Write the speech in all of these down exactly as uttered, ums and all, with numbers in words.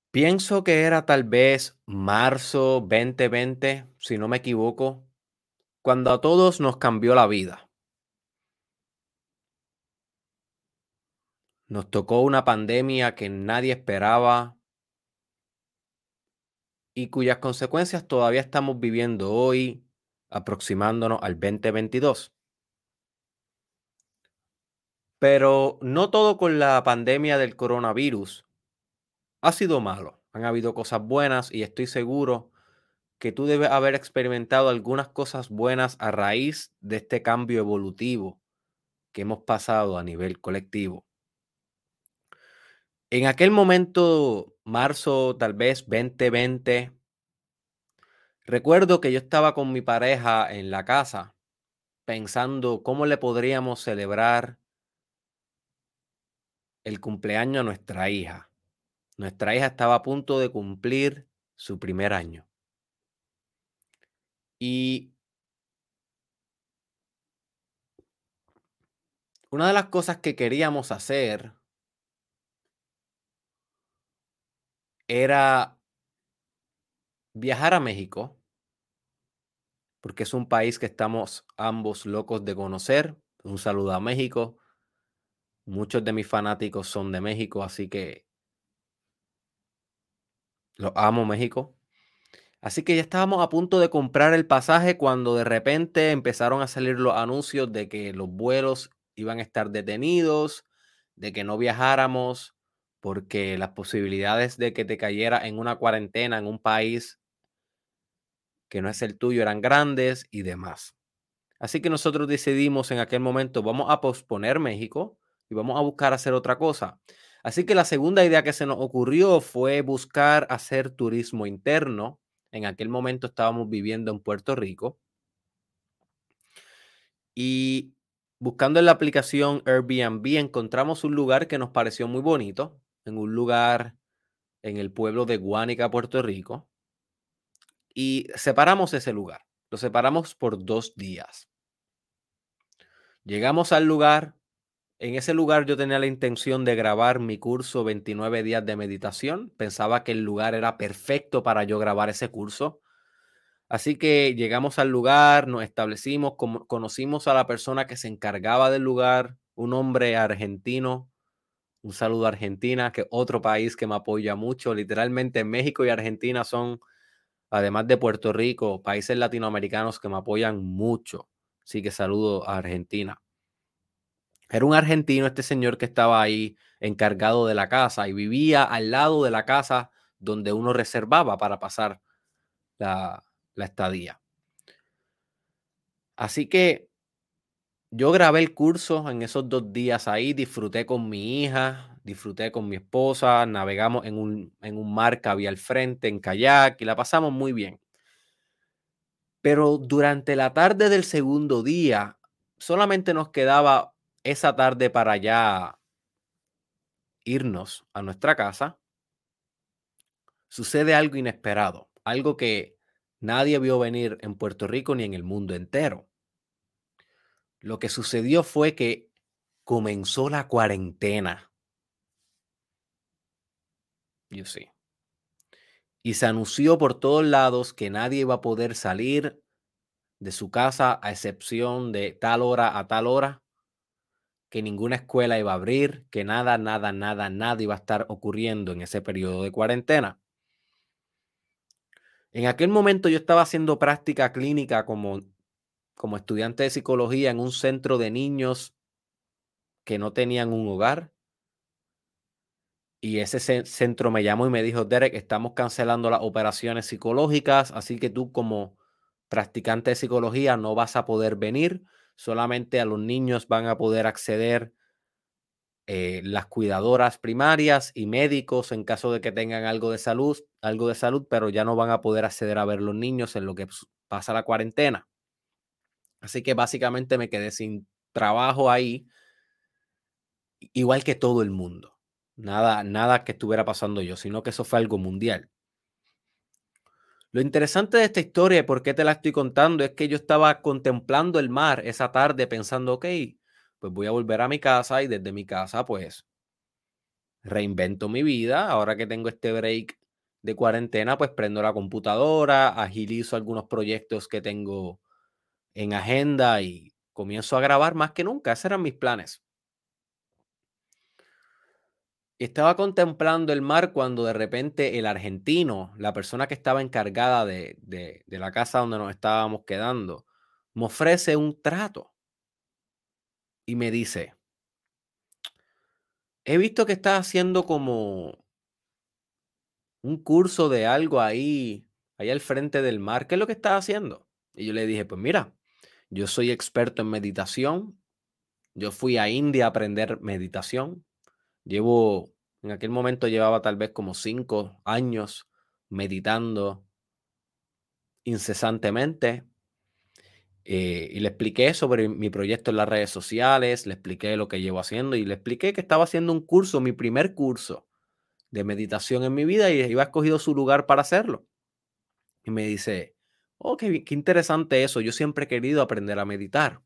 Pienso que era tal vez marzo veinte veinte, si no me equivoco, cuando a todos nos cambió la vida. Nos tocó una pandemia que nadie esperaba y cuyas consecuencias todavía estamos viviendo hoy, aproximándonos al veinte veintidós. Pero no todo con la pandemia del coronavirus ha sido malo. Han habido cosas buenas y estoy seguro que tú debes haber experimentado algunas cosas buenas a raíz de este cambio evolutivo que hemos pasado a nivel colectivo. En aquel momento, marzo, tal vez veinte veinte, recuerdo que yo estaba con mi pareja en la casa pensando cómo le podríamos celebrar el cumpleaños a nuestra hija. Nuestra hija estaba a punto de cumplir su primer año. Y una de las cosas que queríamos hacer era viajar a México, porque es un país que estamos ambos locos de conocer. Un saludo a México. Muchos de mis fanáticos son de México, así que lo amo México. Así que ya estábamos a punto de comprar el pasaje cuando de repente empezaron a salir los anuncios de que los vuelos iban a estar detenidos, de que no viajáramos, porque las posibilidades de que te cayera en una cuarentena en un país que no es el tuyo eran grandes y demás. Así que nosotros decidimos en aquel momento, vamos a posponer México y vamos a buscar hacer otra cosa. Así que la segunda idea que se nos ocurrió fue buscar hacer turismo interno. En aquel momento estábamos viviendo en Puerto Rico y buscando en la aplicación Airbnb encontramos un lugar que nos pareció muy bonito, en un lugar en el pueblo de Guánica, Puerto Rico, y separamos ese lugar. Lo separamos por dos días. Llegamos al lugar. En ese lugar yo tenía la intención de grabar mi curso veintinueve días de meditación. Pensaba que el lugar era perfecto para yo grabar ese curso. Así que llegamos al lugar, nos establecimos, como- conocimos a la persona que se encargaba del lugar, un hombre argentino. Un saludo a Argentina, que es otro país que me apoya mucho. Literalmente México y Argentina son, además de Puerto Rico, países latinoamericanos que me apoyan mucho. Así que saludo a Argentina. Era un argentino este señor que estaba ahí encargado de la casa y vivía al lado de la casa donde uno reservaba para pasar la, la estadía. Así que yo grabé el curso en esos dos días ahí, disfruté con mi hija, disfruté con mi esposa, navegamos en un, en un mar que había al frente, en kayak, y la pasamos muy bien. Pero durante la tarde del segundo día, solamente nos quedaba esa tarde para ya irnos a nuestra casa. Sucede algo inesperado, algo que nadie vio venir en Puerto Rico ni en el mundo entero. Lo que sucedió fue que comenzó la cuarentena. Yo sí. Y se anunció por todos lados que nadie iba a poder salir de su casa a excepción de tal hora a tal hora, que ninguna escuela iba a abrir, que nada, nada, nada, nada iba a estar ocurriendo en ese periodo de cuarentena. En aquel momento yo estaba haciendo práctica clínica como, como estudiante de psicología en un centro de niños que no tenían un hogar. Y ese ce- centro me llamó y me dijo, Derek, estamos cancelando las operaciones psicológicas, así que tú como practicante de psicología no vas a poder venir, solamente a los niños van a poder acceder eh, las cuidadoras primarias y médicos en caso de que tengan algo de salud, algo de salud, pero ya no van a poder acceder a ver los niños en lo que s- pasa la cuarentena. Así que básicamente me quedé sin trabajo ahí, igual que todo el mundo. Nada, nada que estuviera pasando yo, sino que eso fue algo mundial. Lo interesante de esta historia y por qué te la estoy contando es que yo estaba contemplando el mar esa tarde pensando, ok, pues voy a volver a mi casa y desde mi casa pues reinvento mi vida. Ahora que tengo este break de cuarentena, pues prendo la computadora, agilizo algunos proyectos que tengo en agenda y comienzo a grabar más que nunca. Esos eran mis planes. Estaba contemplando el mar cuando de repente el argentino, la persona que estaba encargada de, de, de la casa donde nos estábamos quedando, me ofrece un trato y me dice, he visto que estás haciendo como un curso de algo ahí, ahí al frente del mar. ¿Qué es lo que estás haciendo? Y yo le dije, pues mira, yo soy experto en meditación. Yo fui a India a aprender meditación. Llevo, en aquel momento llevaba tal vez como cinco años meditando incesantemente. Eh, y le expliqué sobre mi proyecto en las redes sociales, le expliqué lo que llevo haciendo y le expliqué que estaba haciendo un curso, mi primer curso de meditación en mi vida y iba escogido su lugar para hacerlo. Y me dice, oh, qué, bi- qué interesante eso, yo siempre he querido aprender a meditar.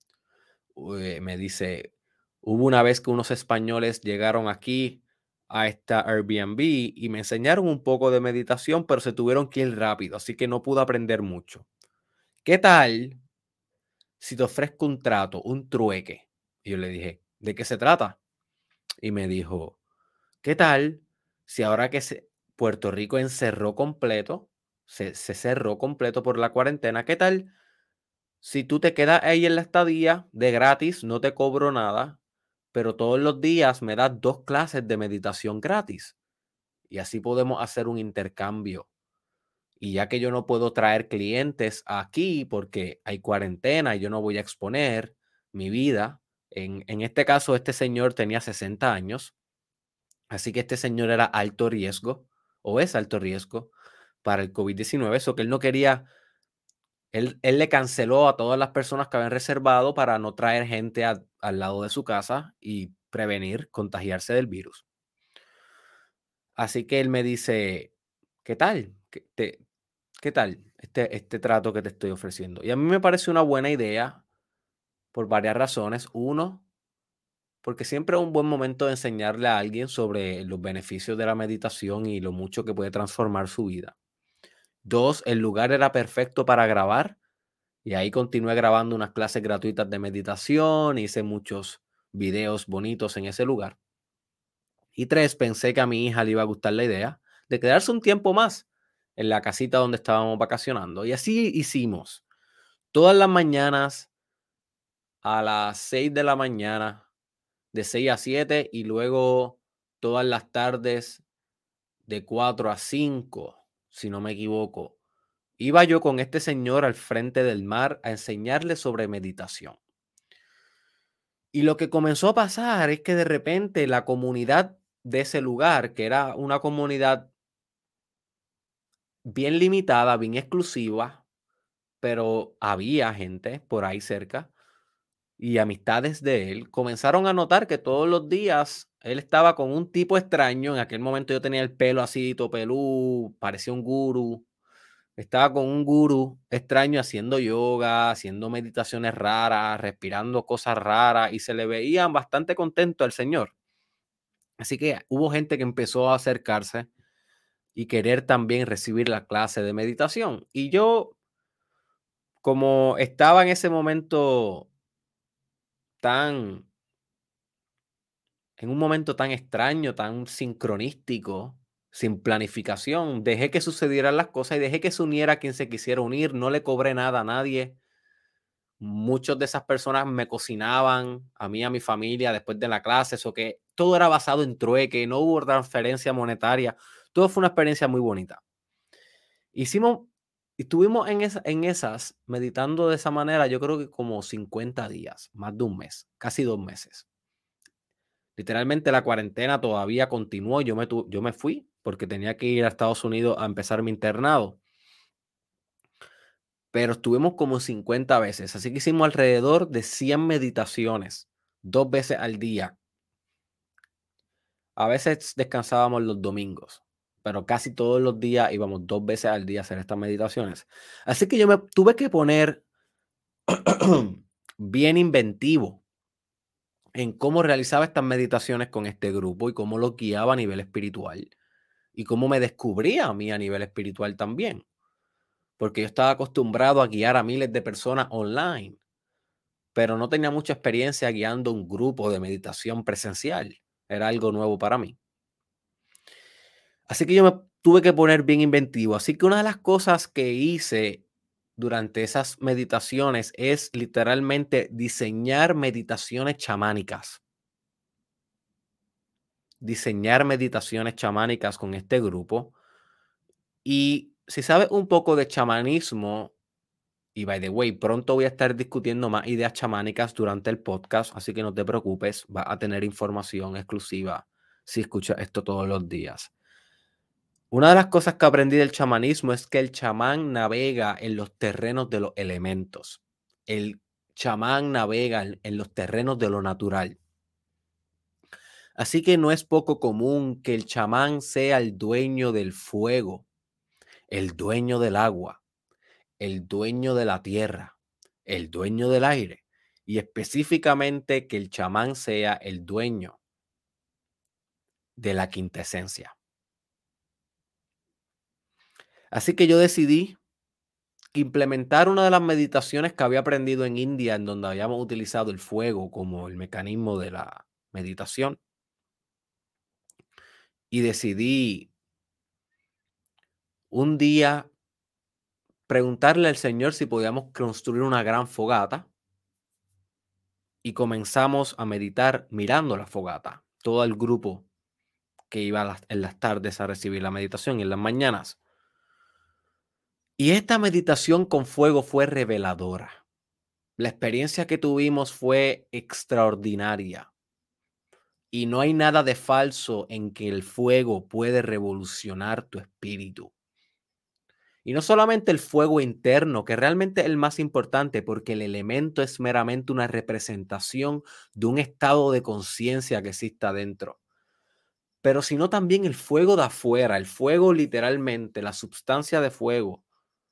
Eh, me dice, hubo una vez que unos españoles llegaron aquí a esta Airbnb y me enseñaron un poco de meditación, pero se tuvieron que ir rápido, así que no pude aprender mucho. ¿Qué tal si te ofrezco un trato, un trueque? Y yo le dije, ¿de qué se trata? Y me dijo, ¿qué tal si ahora que se- Puerto Rico encerró completo, se, se cerró completo por la cuarentena, ¿qué tal si tú te quedas ahí en la estadía de gratis, no te cobro nada, pero todos los días me das dos clases de meditación gratis? Y así podemos hacer un intercambio. Y ya que yo no puedo traer clientes aquí porque hay cuarentena y yo no voy a exponer mi vida, en, en este caso este señor tenía sesenta años, así que este señor era alto riesgo o es alto riesgo para el COVID diecinueve, eso que él no quería. Él él le canceló a todas las personas que habían reservado para no traer gente a al lado de su casa y prevenir contagiarse del virus. Así que él me dice: "¿Qué tal? ¿Qué te qué tal este este trato que te estoy ofreciendo?". Y a mí me parece una buena idea por varias razones. Uno, porque siempre es un buen momento de enseñarle a alguien sobre los beneficios de la meditación y lo mucho que puede transformar su vida. Dos, el lugar era perfecto para grabar. Y ahí continué grabando unas clases gratuitas de meditación, hice muchos videos bonitos en ese lugar. Y tres, pensé que a mi hija le iba a gustar la idea de quedarse un tiempo más en la casita donde estábamos vacacionando. Y así hicimos. Todas las mañanas a las seis de la mañana, de seis a siete, y luego todas las tardes de cuatro a cinco, si no me equivoco. Iba yo con este señor al frente del mar a enseñarle sobre meditación. Y lo que comenzó a pasar es que de repente la comunidad de ese lugar, que era una comunidad bien limitada, bien exclusiva, pero había gente por ahí cerca y amistades de él, comenzaron a notar que todos los días él estaba con un tipo extraño. En aquel momento yo tenía el pelo así, todo pelú, parecía un gurú. Estaba con un gurú extraño haciendo yoga, haciendo meditaciones raras, respirando cosas raras y se le veían bastante contento al señor. Así que hubo gente que empezó a acercarse y querer también recibir la clase de meditación. Y yo, como estaba en ese momento tan, en un momento tan extraño, tan sincronístico, sin planificación, dejé que sucedieran las cosas y dejé que se uniera quien se quisiera unir. No le cobré nada a nadie. Muchos de esas personas me cocinaban a mí, a mi familia, después de la clase, eso que todo era basado en trueque, no hubo transferencia monetaria. Todo fue una experiencia muy bonita. Hicimos Estuvimos en esa en esas, meditando de esa manera, yo creo que como cincuenta días, más de un mes, casi dos meses. Literalmente la cuarentena todavía continuó, yo me tu yo me fui porque tenía que ir a Estados Unidos a empezar mi internado, pero estuvimos como cincuenta veces, así que hicimos alrededor de cien meditaciones, dos veces al día. A veces descansábamos los domingos, pero casi todos los días íbamos dos veces al día a hacer estas meditaciones. Así que yo me tuve que poner bien inventivo en cómo realizaba estas meditaciones con este grupo y cómo los guiaba a nivel espiritual. y cómo me descubría a mí a nivel espiritual también, porque yo estaba acostumbrado a guiar a miles de personas online, pero no tenía mucha experiencia guiando un grupo de meditación presencial. Era algo nuevo para mí. Así que yo me tuve que poner bien inventivo. Así que una de las cosas que hice durante esas meditaciones es literalmente diseñar meditaciones chamánicas. Diseñar meditaciones chamánicas con este grupo. Y si sabes un poco de chamanismo, y by the way, pronto voy a estar discutiendo más ideas chamánicas durante el podcast, así que no te preocupes, vas a tener información exclusiva si escuchas esto todos los días. Una de las cosas que aprendí del chamanismo es que el chamán navega en los terrenos de los elementos. El chamán navega en en los terrenos de lo natural. Así que no es poco común que el chamán sea el dueño del fuego, el dueño del agua, el dueño de la tierra, el dueño del aire y específicamente que el chamán sea el dueño de la quintesencia. Así que yo decidí implementar una de las meditaciones que había aprendido en India, en donde habíamos utilizado el fuego como el mecanismo de la meditación, y decidí un día preguntarle al Señor si podíamos construir una gran fogata y comenzamos a meditar mirando la fogata, todo el grupo que iba a las- en las tardes a recibir la meditación y en las mañanas. Y esta meditación con fuego fue reveladora. La experiencia que tuvimos fue extraordinaria. Y no hay nada de falso en que el fuego puede revolucionar tu espíritu. Y no solamente el fuego interno, que realmente es el más importante, porque el elemento es meramente una representación de un estado de conciencia que existe adentro, pero sino también el fuego de afuera, el fuego literalmente, la substancia de fuego.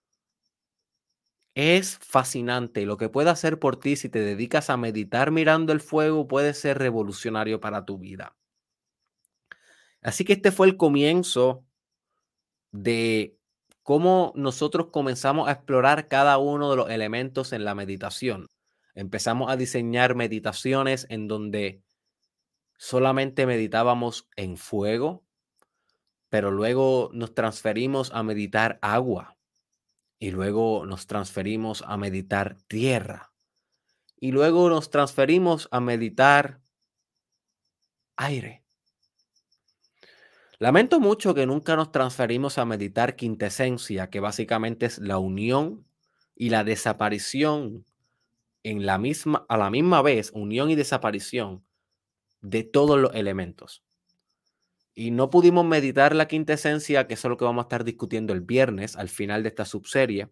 Es fascinante. Lo que puede hacer por ti si te dedicas a meditar mirando el fuego puede ser revolucionario para tu vida. Así que este fue el comienzo de cómo nosotros comenzamos a explorar cada uno de los elementos en la meditación. Empezamos a diseñar meditaciones en donde solamente meditábamos en fuego, pero luego nos transferimos a meditar agua y luego nos transferimos a meditar tierra y luego nos transferimos a meditar aire. Lamento mucho que nunca nos transferimos a meditar quintesencia, que básicamente es la unión y la desaparición en la misma, a la misma vez, unión y desaparición de todos los elementos. Y no pudimos meditar la quintesencia, que eso es lo que vamos a estar discutiendo el viernes al final de esta subserie,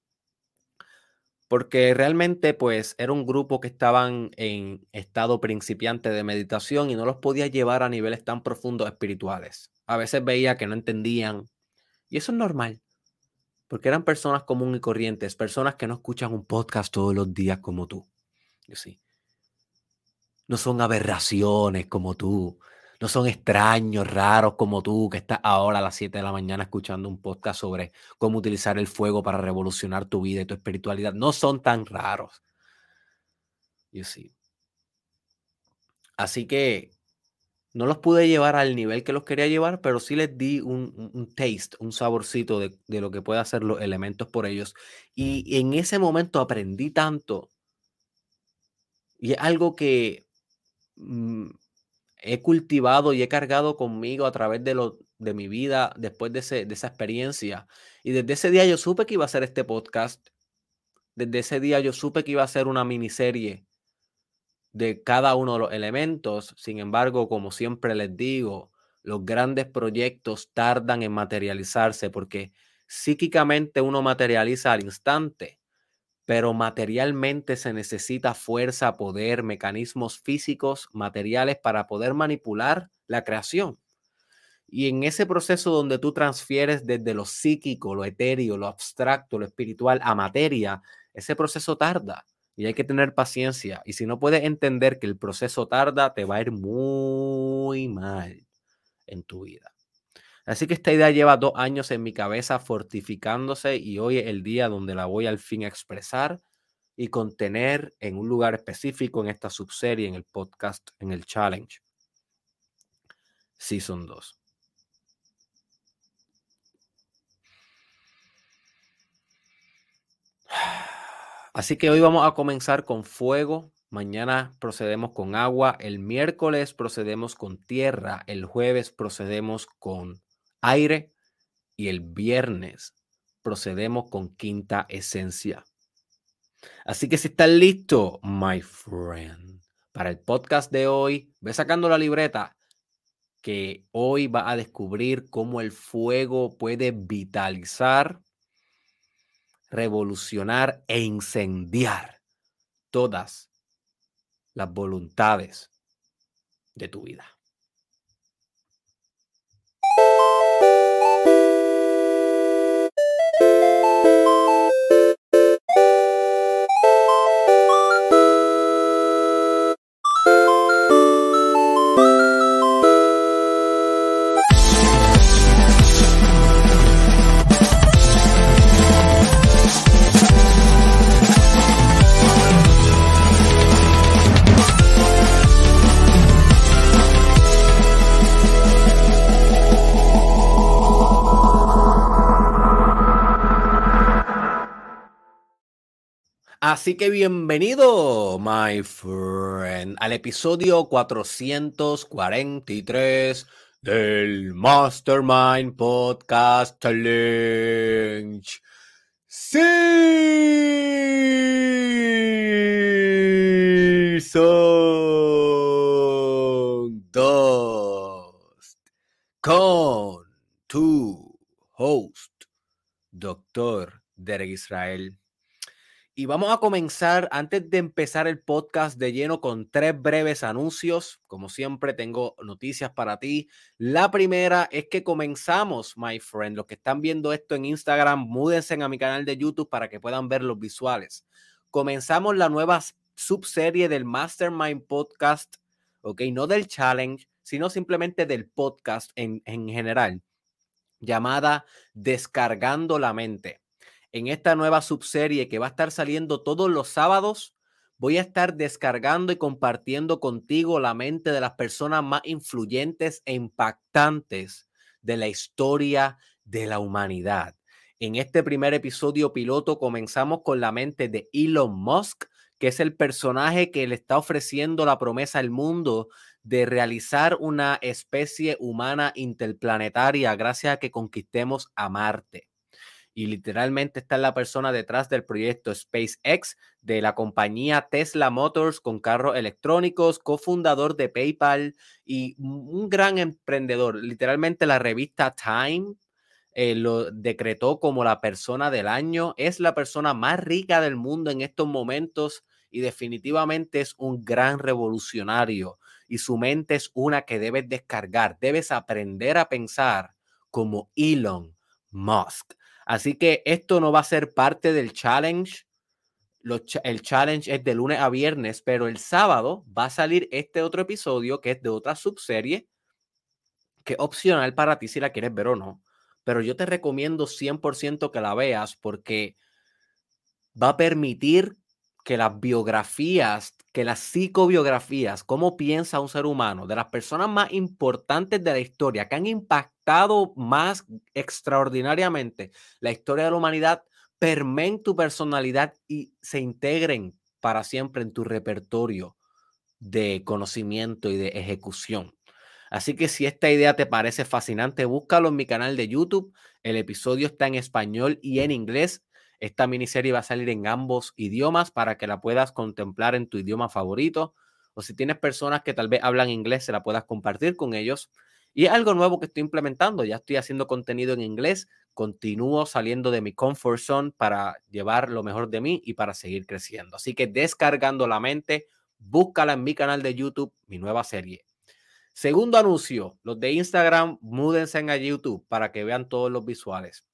porque realmente pues era un grupo que estaban en estado principiante de meditación y no los podía llevar a niveles tan profundos espirituales. A veces veía que no entendían y eso es normal. Porque eran personas comunes y corrientes, personas que no escuchan un podcast todos los días como tú. Yo sí. No son aberraciones como tú. No son extraños, raros como tú, que estás ahora a las siete de la mañana escuchando un podcast sobre cómo utilizar el fuego para revolucionar tu vida y tu espiritualidad. No son tan raros. Yo sí. Así que no los pude llevar al nivel que los quería llevar, pero sí les di un, un- un taste, un saborcito de, de lo que puede hacer los elementos por ellos. Y en ese momento aprendí tanto. Y es algo que mm, he cultivado y he cargado conmigo a través de, lo, de mi vida después de, ese, de esa experiencia. Y desde ese día yo supe que iba a hacer este podcast. Desde ese día yo supe que iba a hacer una miniserie de cada uno de los elementos. Sin embargo, como siempre les digo, los grandes proyectos tardan en materializarse porque psíquicamente uno materializa al instante, pero materialmente se necesita fuerza, poder, mecanismos físicos, materiales para poder manipular la creación. Y en ese proceso donde tú transfieres desde lo psíquico, lo etéreo, lo abstracto, lo espiritual a materia, ese proceso tarda y hay que tener paciencia. Y si no puedes entender que el proceso tarda, te va a ir muy mal en tu vida. Así que esta idea lleva dos años en mi cabeza fortificándose y hoy es el día donde la voy al fin a expresar y contener en un lugar específico en esta subserie, en el podcast, en el challenge. Season dos. Así que hoy vamos a comenzar con fuego, mañana procedemos con agua, el miércoles procedemos con tierra, el jueves procedemos con aire y el viernes procedemos con quinta esencia. Así que si estás listo, my friend, para el podcast de hoy, ve sacando la libreta que hoy va a descubrir cómo el fuego puede vitalizar, revolucionar e incendiar todas las voluntades de tu vida. Así que bienvenido, my friend, al episodio cuatrocientos cuarenta y tres del Mastermind Podcast Challenge. Season dos con tu host, doctor Derek Israel. Y vamos a comenzar, antes de empezar el podcast de lleno, con tres breves anuncios. Como siempre, tengo noticias para ti. La primera es que comenzamos, my friend. Los que están viendo esto en Instagram, múdense a mi canal de YouTube para que puedan ver los visuales. Comenzamos la nueva subserie del Mastermind Podcast, ¿ok? No del challenge, sino simplemente del podcast en, en general, llamada Descargando la Mente. En esta nueva subserie que va a estar saliendo todos los sábados, voy a estar descargando y compartiendo contigo la mente de las personas más influyentes e impactantes de la historia de la humanidad. En este primer episodio piloto comenzamos con la mente de Elon Musk, que es el personaje que le está ofreciendo la promesa al mundo de realizar una especie humana interplanetaria gracias a que conquistemos a Marte. Y literalmente está la persona detrás del proyecto SpaceX, de la compañía Tesla Motors con carros electrónicos, cofundador de PayPal y un gran emprendedor. Literalmente la revista Time eh, lo decretó como la persona del año. Es la persona más rica del mundo en estos momentos y definitivamente es un gran revolucionario. Y su mente es una que debes descargar. Debes aprender a pensar como Elon Musk. Así que esto no va a ser parte del challenge. Los ch el challenge es de lunes a viernes, pero el sábado va a salir este otro episodio que es de otra subserie que es opcional para ti si la quieres ver o no. Pero yo te recomiendo cien por ciento que la veas porque va a permitir que las biografías, que las psicobiografías, cómo piensa un ser humano, de las personas más importantes de la historia, que han impactado más extraordinariamente la historia de la humanidad, permeen tu personalidad y se integren para siempre en tu repertorio de conocimiento y de ejecución. Así que si esta idea te parece fascinante, búscalo en mi canal de YouTube. El episodio está en español y en inglés. Esta miniserie va a salir en ambos idiomas para que la puedas contemplar en tu idioma favorito. O si tienes personas que tal vez hablan inglés, se la puedas compartir con ellos. Y es algo nuevo que estoy implementando. Ya estoy haciendo contenido en inglés. Continúo saliendo de mi comfort zone para llevar lo mejor de mí y para seguir creciendo. Así que Descargando la Mente, búscala en mi canal de YouTube, mi nueva serie. Segundo anuncio, los de Instagram, múdense a YouTube para que vean todos los visuales.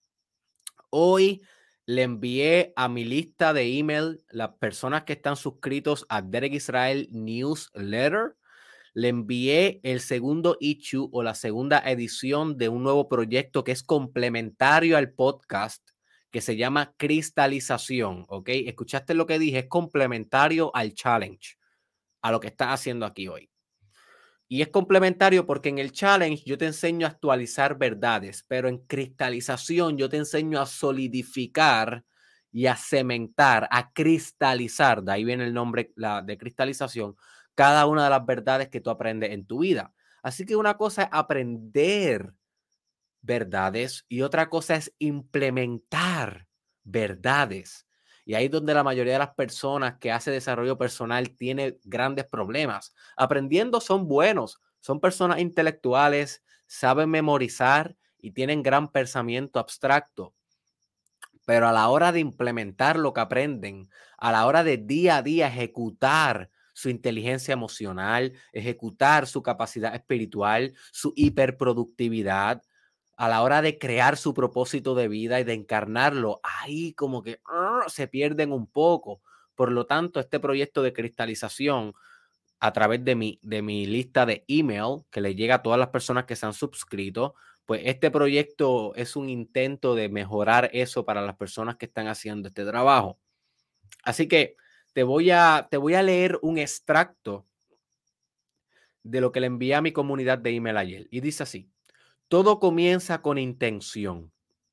Hoy le envié a mi lista de email las personas que están suscritos a Derek Israel Newsletter. Le envié el segundo issue o la segunda edición de un nuevo proyecto que es complementario al podcast, que se llama Cristalización, ¿ok? ¿Escuchaste lo que dije? Es complementario al challenge, a lo que estás haciendo aquí hoy. Y es complementario porque en el challenge yo te enseño a actualizar verdades, pero en cristalización yo te enseño a solidificar y a cementar, a cristalizar, de ahí viene el nombre la, de cristalización, cada una de las verdades que tú aprendes en tu vida. Así que una cosa es aprender verdades y otra cosa es implementar verdades. Y ahí es donde la mayoría de las personas que hace desarrollo personal tiene grandes problemas. Aprendiendo son buenos, son personas intelectuales, saben memorizar y tienen gran pensamiento abstracto. Pero a la hora de implementar lo que aprenden, a la hora de día a día ejecutar su inteligencia emocional, ejecutar su capacidad espiritual, su hiperproductividad, a la hora de crear su propósito de vida y de encarnarlo, ahí como que uh, se pierden un poco. Por lo tanto, este proyecto de cristalización a través de mi, de mi lista de email que le llega a todas las personas que se han suscrito, pues este proyecto es un intento de mejorar eso para las personas que están haciendo este trabajo. Así que te voy a, te voy a leer un extracto de lo que le envié a mi comunidad de email ayer. Y dice así: todo comienza con intención.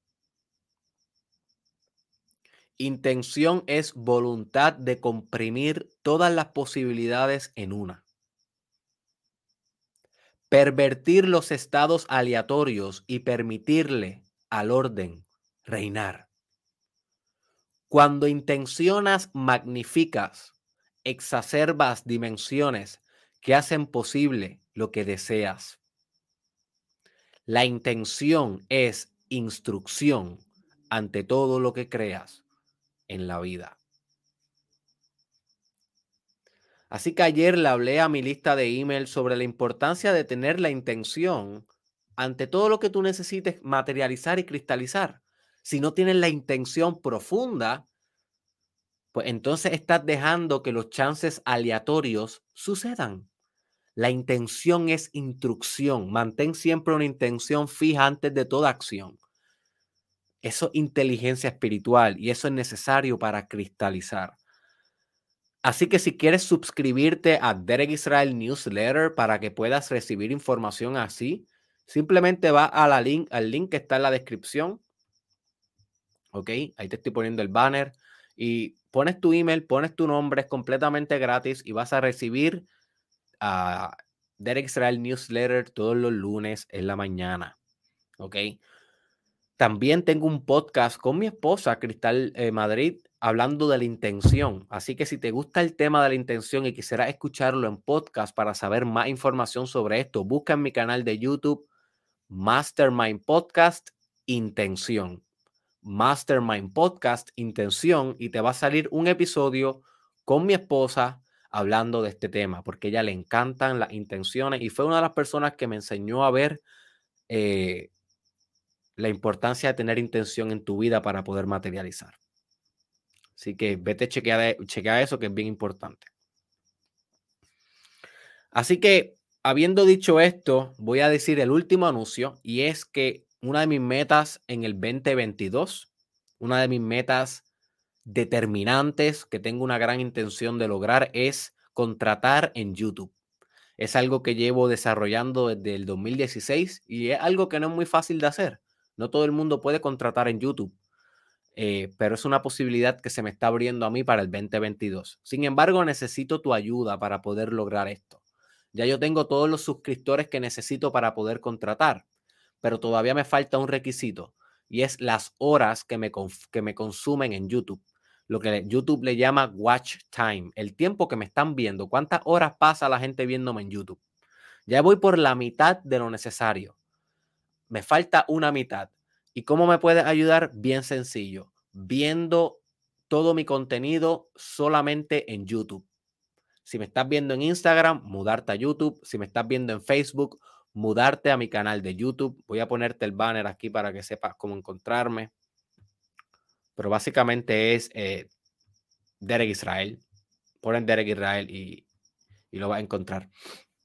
Intención es voluntad de comprimir todas las posibilidades en una. Pervertir los estados aleatorios y permitirle al orden reinar. Cuando intencionas, magnificas, exacerbas dimensiones que hacen posible lo que deseas. La intención es instrucción ante todo lo que creas en la vida. Así que ayer le hablé a mi lista de email sobre la importancia de tener la intención ante todo lo que tú necesites materializar y cristalizar. Si no tienes la intención profunda, pues entonces estás dejando que los chances aleatorios sucedan. La intención es instrucción. Mantén siempre una intención fija antes de toda acción. Eso es inteligencia espiritual y eso es necesario para cristalizar. Así que si quieres suscribirte a Derek Israel Newsletter para que puedas recibir información así, simplemente va a la link, al link que está en la descripción. Ok, ahí te estoy poniendo el banner y pones tu email, pones tu nombre, es completamente gratis y vas a recibir a Derek Israel Newsletter todos los lunes en la mañana. Ok. También tengo un podcast con mi esposa, Cristal eh, Madrid, hablando de la intención. Así que si te gusta el tema de la intención y quisieras escucharlo en podcast para saber más información sobre esto, busca en mi canal de YouTube Mastermind Podcast Intención. Mastermind Podcast Intención y te va a salir un episodio con mi esposa hablando de este tema porque a ella le encantan las intenciones y fue una de las personas que me enseñó a ver eh, la importancia de tener intención en tu vida para poder materializar. Así que vete, chequea, chequea eso que es bien importante. Así que, habiendo dicho esto, voy a decir el último anuncio y es que una de mis metas en el veinte veintidós, una de mis metas determinantes que tengo una gran intención de lograr es contratar en YouTube. Es algo que llevo desarrollando desde el dos mil dieciséis y es algo que no es muy fácil de hacer. No todo el mundo puede contratar en YouTube. Eh, pero es una posibilidad que se me está abriendo a mí para el veinte veintidós. Sin embargo, necesito tu ayuda para poder lograr esto. Ya yo tengo todos los suscriptores que necesito para poder contratar, pero todavía me falta un requisito y es las horas que me, que me consumen en YouTube. Lo que YouTube le llama watch time, el tiempo que me están viendo, cuántas horas pasa la gente viéndome en YouTube. Ya voy por la mitad de lo necesario. Me falta una mitad. ¿Y cómo me puedes ayudar? Bien sencillo, viendo todo mi contenido solamente en YouTube. Si me estás viendo en Instagram, mudarte a YouTube. Si me estás viendo en Facebook, mudarte a mi canal de YouTube. Voy a ponerte el banner aquí para que sepas cómo encontrarme. Pero básicamente es eh, Derek Israel. Ponen Derek Israel y, y lo vas a encontrar.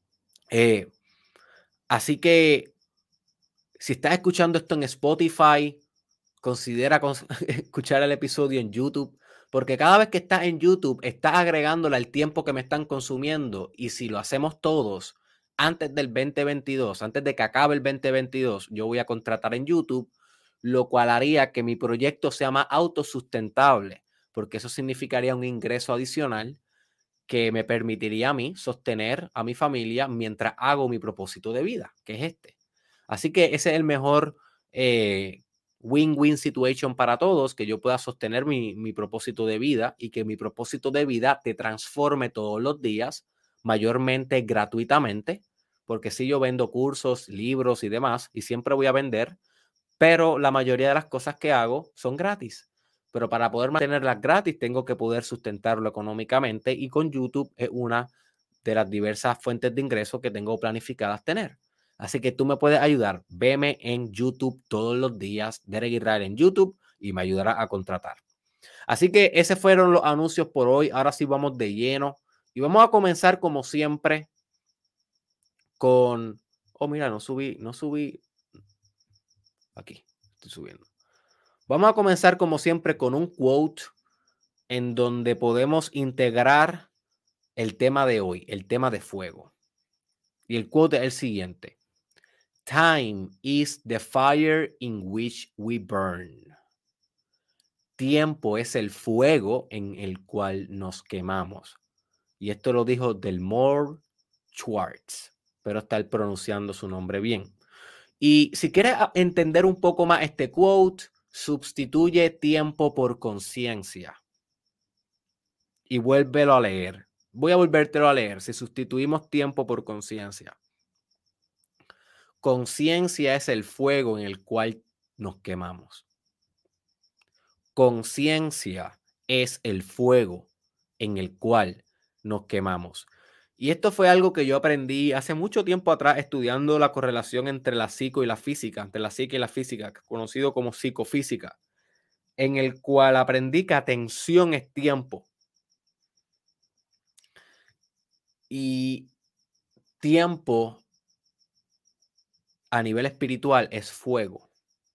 Eh, así que si estás escuchando esto en Spotify, considera cons- escuchar el episodio en YouTube, porque cada vez que estás en YouTube, estás agregándole al tiempo que me están consumiendo. Y si lo hacemos todos antes del veinte veintidós, antes de que acabe el veinte veintidós, yo voy a contratar en YouTube, lo cual haría que mi proyecto sea más autosustentable, porque eso significaría un ingreso adicional que me permitiría a mí sostener a mi familia mientras hago mi propósito de vida, que es este. Así que ese es el mejor eh, win-win situation para todos, que yo pueda sostener mi, mi propósito de vida y que mi propósito de vida te transforme todos los días, mayormente gratuitamente, porque si yo vendo cursos, libros y demás, y siempre voy a vender, pero la mayoría de las cosas que hago son gratis. Pero para poder mantenerlas gratis tengo que poder sustentarlo económicamente y con YouTube es una de las diversas fuentes de ingresos que tengo planificadas tener. Así que tú me puedes ayudar. Veme en YouTube todos los días, Derek Israel en YouTube y me ayudará a contratar. Así que esos fueron los anuncios por hoy. Ahora sí vamos de lleno y vamos a comenzar como siempre con... Oh, mira, no subí, no subí. Aquí, estoy subiendo. Vamos a comenzar como siempre con un quote en donde podemos integrar el tema de hoy, el tema de fuego. Y el quote es el siguiente. Time is the fire in which we burn. Tiempo es el fuego en el cual nos quemamos. Y esto lo dijo Delmore Schwartz, pero está él pronunciando su nombre bien. Y si quieres entender un poco más este quote, sustituye tiempo por conciencia. Y vuélvelo a leer. Voy a volvértelo a leer. Si sustituimos tiempo por conciencia. Conciencia es el fuego en el cual nos quemamos. Conciencia es el fuego en el cual nos quemamos. Y esto fue algo que yo aprendí hace mucho tiempo atrás estudiando la correlación entre la psico y la física, entre la psique y la física, conocido como psicofísica, en el cual aprendí que atención es tiempo. Y tiempo a nivel espiritual es fuego.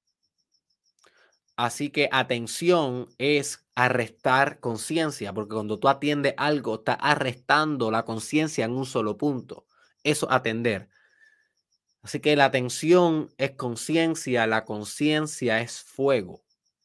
Así que atención es arrestar conciencia, porque cuando tú atiendes algo, estás arrestando la conciencia en un solo punto. Eso atender. Así que la atención es conciencia, la conciencia es fuego.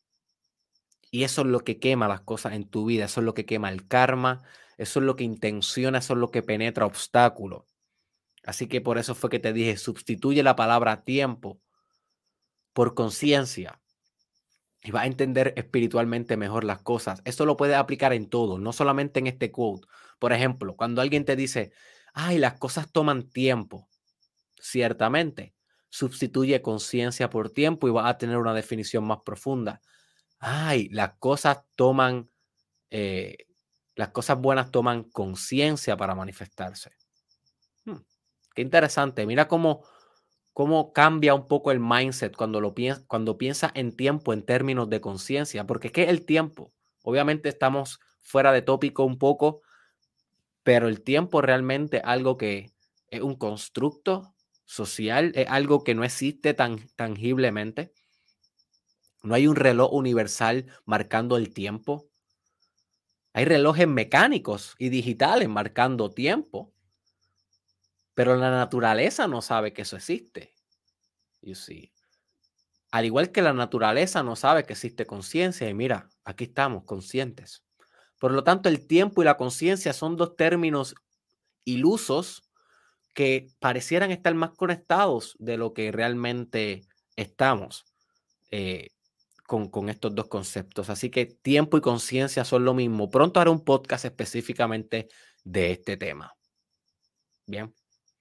Y eso es lo que quema las cosas en tu vida, eso es lo que quema el karma, eso es lo que intenciona, eso es lo que penetra obstáculos. Así que por eso fue que te dije, sustituye la palabra tiempo por conciencia. Y vas a entender espiritualmente mejor las cosas. Esto lo puedes aplicar en todo, no solamente en este quote. Por ejemplo, cuando alguien te dice, ay, las cosas toman tiempo, ciertamente, sustituye conciencia por tiempo y vas a tener una definición más profunda. Ay, las cosas toman, eh, las cosas buenas toman conciencia para manifestarse. Hmm, qué interesante. Mira cómo cómo cambia un poco el mindset cuando lo piensas, cuando piensa en tiempo en términos de conciencia, porque ¿qué es el tiempo? Obviamente estamos fuera de tópico un poco, pero el tiempo realmente es algo que es un constructo social, es algo que no existe tan tangiblemente. No hay un reloj universal marcando el tiempo. Hay relojes mecánicos y digitales marcando tiempo, pero la naturaleza no sabe que eso existe. You see. Al igual que la naturaleza no sabe que existe conciencia y mira, aquí estamos conscientes. Por lo tanto, el tiempo y la conciencia son dos términos ilusos que parecieran estar más conectados de lo que realmente estamos eh, con, con estos dos conceptos. Así que tiempo y conciencia son lo mismo. Pronto haré un podcast específicamente de este tema. Bien.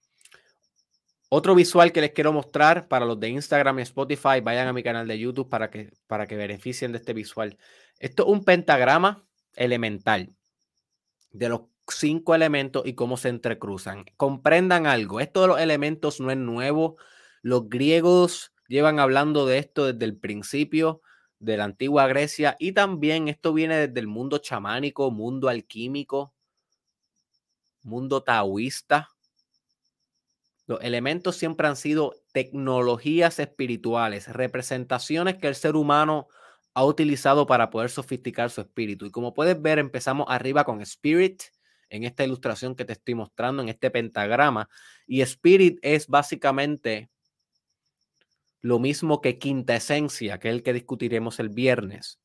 Otro visual que les quiero mostrar para los de Instagram y Spotify, vayan a mi canal de YouTube para que, para que beneficien de este visual. Esto es un pentagrama elemental de los cinco elementos y cómo se entrecruzan. Comprendan algo, esto de los elementos no es nuevo. Los griegos llevan hablando de esto desde el principio de la antigua Grecia y también esto viene desde el mundo chamánico, mundo alquímico, mundo taoísta. Los elementos siempre han sido tecnologías espirituales, representaciones que el ser humano ha utilizado para poder sofisticar su espíritu. Y como puedes ver, empezamos arriba con Spirit, en esta ilustración que te estoy mostrando, en este pentagrama. Y Spirit es básicamente lo mismo que quinta esencia, que es el que discutiremos el viernes.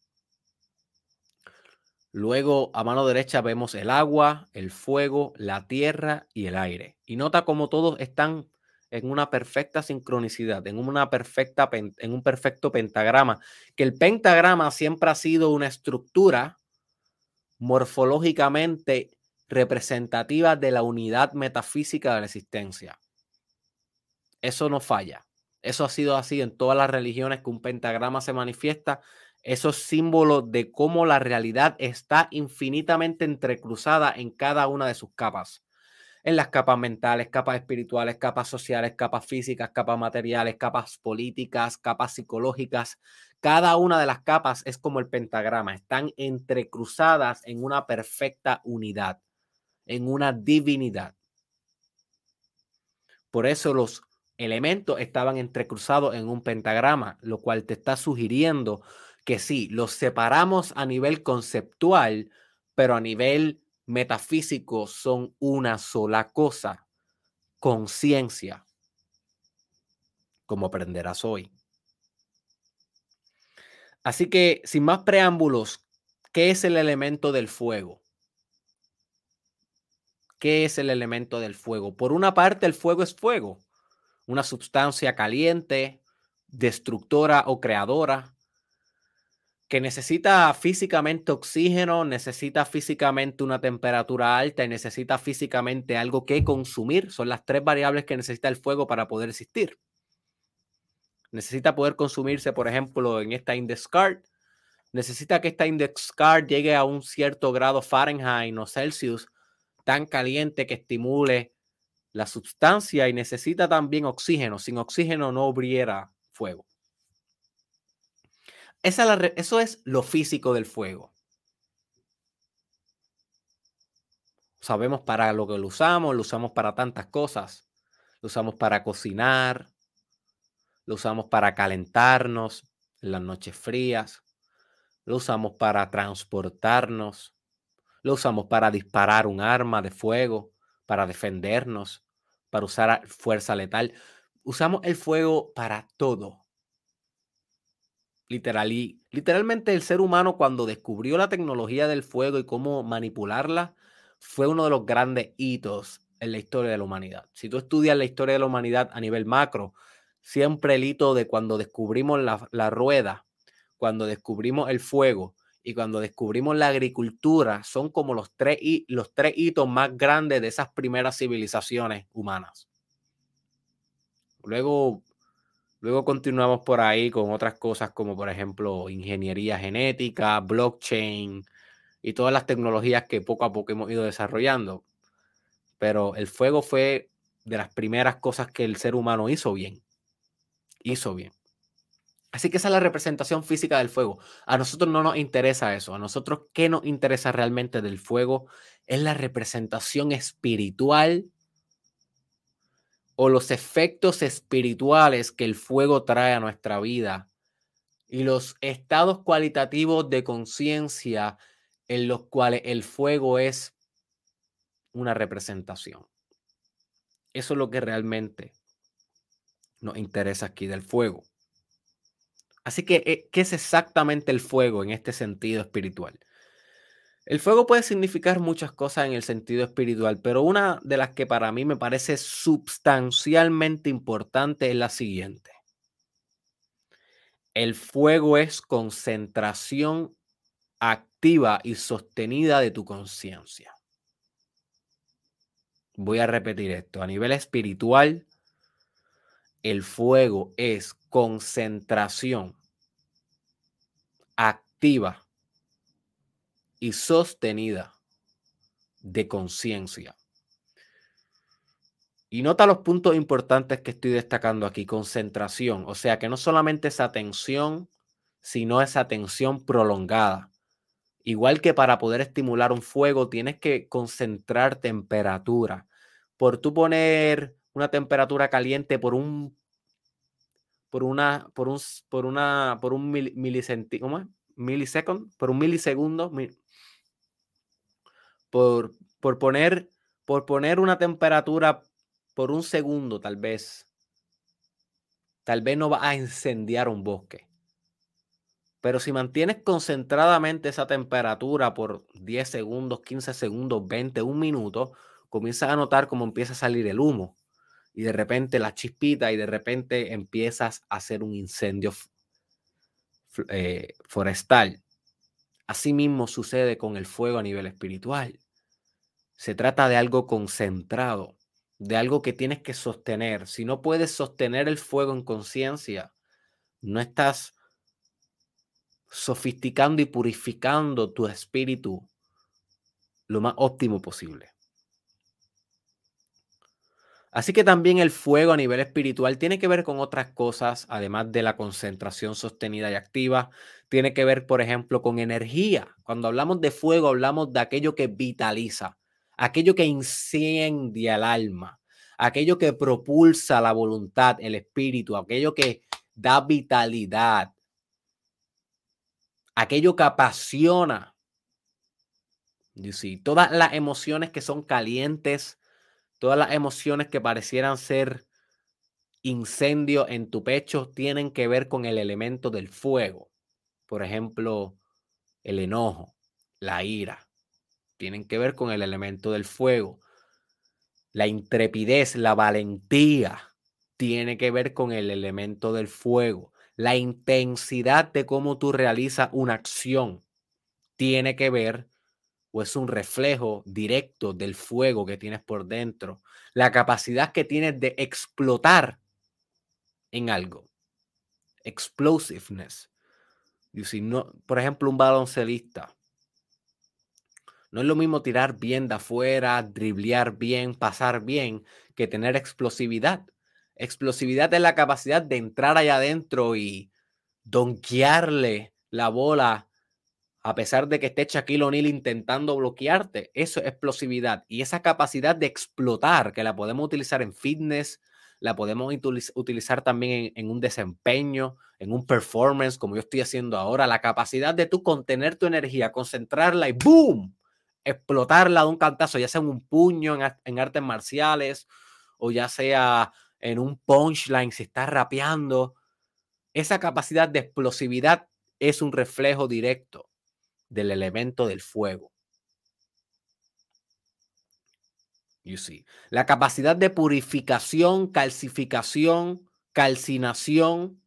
Luego, a mano derecha vemos el agua, el fuego, la tierra y el aire. Y nota cómo todos están en una perfecta sincronicidad, en, una perfecta, en un perfecto pentagrama, que el pentagrama siempre ha sido una estructura morfológicamente representativa de la unidad metafísica de la existencia. Eso no falla. Eso ha sido así en todas las religiones que un pentagrama se manifiesta. Eso es símbolo de cómo la realidad está infinitamente entrecruzada en cada una de sus capas. En las capas mentales, capas espirituales, capas sociales, capas físicas, capas materiales, capas políticas, capas psicológicas. Cada una de las capas es como el pentagrama. Están entrecruzadas en una perfecta unidad, en una divinidad. Por eso los elementos estaban entrecruzados en un pentagrama, lo cual te está sugiriendo que sí, los separamos a nivel conceptual, pero a nivel metafísico son una sola cosa, conciencia, como aprenderás hoy. Así que, sin más preámbulos, ¿qué es el elemento del fuego? ¿Qué es el elemento del fuego? Por una parte, el fuego es fuego, una sustancia caliente, destructora o creadora, que necesita físicamente oxígeno, necesita físicamente una temperatura alta y necesita físicamente algo que consumir. Son las tres variables que necesita el fuego para poder existir. Necesita poder consumirse, por ejemplo, en esta index card. Necesita que esta index card llegue a un cierto grado Fahrenheit o Celsius tan caliente que estimule la sustancia y necesita también oxígeno. Sin oxígeno no hubiera fuego. Esa es la, eso es lo físico del fuego. Sabemos para lo que lo usamos, lo usamos para tantas cosas. Lo usamos para cocinar, lo usamos para calentarnos en las noches frías, lo usamos para transportarnos, lo usamos para disparar un arma de fuego, para defendernos, para usar fuerza letal. Usamos el fuego para todo. Literal, y literalmente el ser humano cuando descubrió la tecnología del fuego y cómo manipularla, fue uno de los grandes hitos en la historia de la humanidad. Si tú estudias la historia de la humanidad a nivel macro, siempre el hito de cuando descubrimos la, la rueda, cuando descubrimos el fuego y cuando descubrimos la agricultura, son como los tres, los tres hitos más grandes de esas primeras civilizaciones humanas. Luego... Luego continuamos por ahí con otras cosas como, por ejemplo, ingeniería genética, blockchain y todas las tecnologías que poco a poco hemos ido desarrollando. Pero el fuego fue de las primeras cosas que el ser humano hizo bien. Hizo bien. Así que esa es la representación física del fuego. A nosotros no nos interesa eso. A nosotros, ¿qué nos interesa realmente del fuego? Es la representación espiritual o los efectos espirituales que el fuego trae a nuestra vida y los estados cualitativos de conciencia en los cuales el fuego es una representación. Eso es lo que realmente nos interesa aquí del fuego. Así que, ¿qué es exactamente el fuego en este sentido espiritual? El fuego puede significar muchas cosas en el sentido espiritual, pero una de las que para mí me parece sustancialmente importante es la siguiente. El fuego es concentración activa y sostenida de tu conciencia. Voy a repetir esto. A nivel espiritual, el fuego es concentración activa y sostenida de conciencia. Y nota los puntos importantes que estoy destacando aquí. Concentración, o sea que no solamente es atención, sino es atención prolongada. Igual que para poder estimular un fuego, tienes que concentrar temperatura. Por tú poner una temperatura caliente por un por una por un s por una por un mili milisenti ¿cómo es? Millisecond, por un milisegundo, mi por por poner por poner una temperatura por un segundo, tal vez tal vez no va a incendiar un bosque. Pero si mantienes concentradamente esa temperatura por diez segundos, quince segundos, veinte, un minuto, comienzas a notar cómo empieza a salir el humo y de repente la chispita y de repente empiezas a hacer un incendio f- f- eh, forestal. Asimismo sucede con el fuego a nivel espiritual. Se trata de algo concentrado, de algo que tienes que sostener. Si no puedes sostener el fuego en conciencia, no estás sofisticando y purificando tu espíritu lo más óptimo posible. Así que también el fuego a nivel espiritual tiene que ver con otras cosas, además de la concentración sostenida y activa. Tiene que ver, por ejemplo, con energía. Cuando hablamos de fuego, hablamos de aquello que vitaliza, aquello que incendia el alma, aquello que propulsa la voluntad, el espíritu, aquello que da vitalidad, aquello que apasiona. You see, todas las emociones que son calientes, todas las emociones que parecieran ser incendio en tu pecho tienen que ver con el elemento del fuego. Por ejemplo, el enojo, la ira, tienen que ver con el elemento del fuego. La intrepidez, la valentía, tiene que ver con el elemento del fuego. La intensidad de cómo tú realizas una acción tiene que ver o es un reflejo directo del fuego que tienes por dentro. La capacidad que tienes de explotar en algo. Explosiveness. Y si no, por ejemplo, un baloncelista. No es lo mismo tirar bien de afuera, driblear bien, pasar bien, que tener explosividad. Explosividad es la capacidad de entrar allá adentro y donkearle la bola a pesar de que esté Shaquille O'Neal intentando bloquearte. Eso es explosividad. Y esa capacidad de explotar, que la podemos utilizar en fitness, la podemos utilizar también en, en un desempeño, en un performance, como yo estoy haciendo ahora. La capacidad de tú contener tu energía, concentrarla y ¡boom! Explotarla de un cantazo, ya sea en un puño en, en artes marciales o ya sea en un punchline si estás rapeando. Esa capacidad de explosividad es un reflejo directo del elemento del fuego. You see. La capacidad de purificación, calcificación, calcinación.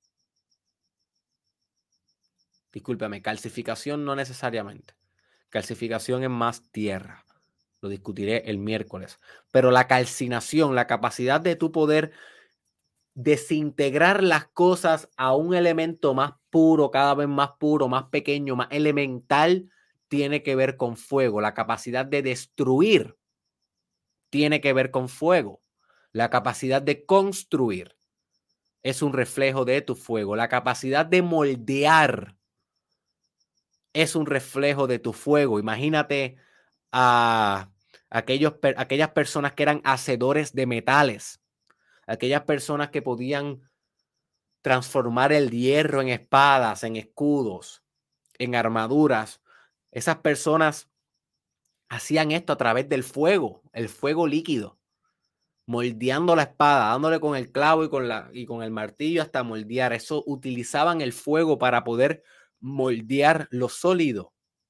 Discúlpame, calcificación no necesariamente. Calcificación es más tierra. Lo discutiré el miércoles. Pero la calcinación, la capacidad de tu poder desintegrar las cosas a un elemento más puro, cada vez más puro, más pequeño, más elemental, tiene que ver con fuego. La capacidad de destruir tiene que ver con fuego. La capacidad de construir es un reflejo de tu fuego. La capacidad de moldear es un reflejo de tu fuego. Imagínate a aquellos, aquellas personas que eran hacedores de metales, aquellas personas que podían transformar el hierro en espadas, en escudos, en armaduras. Esas personas hacían esto a través del fuego, el fuego líquido, moldeando la espada, dándole con el clavo y con, la, y con el martillo hasta moldear. Eso utilizaban el fuego para poder moldear lo sólido.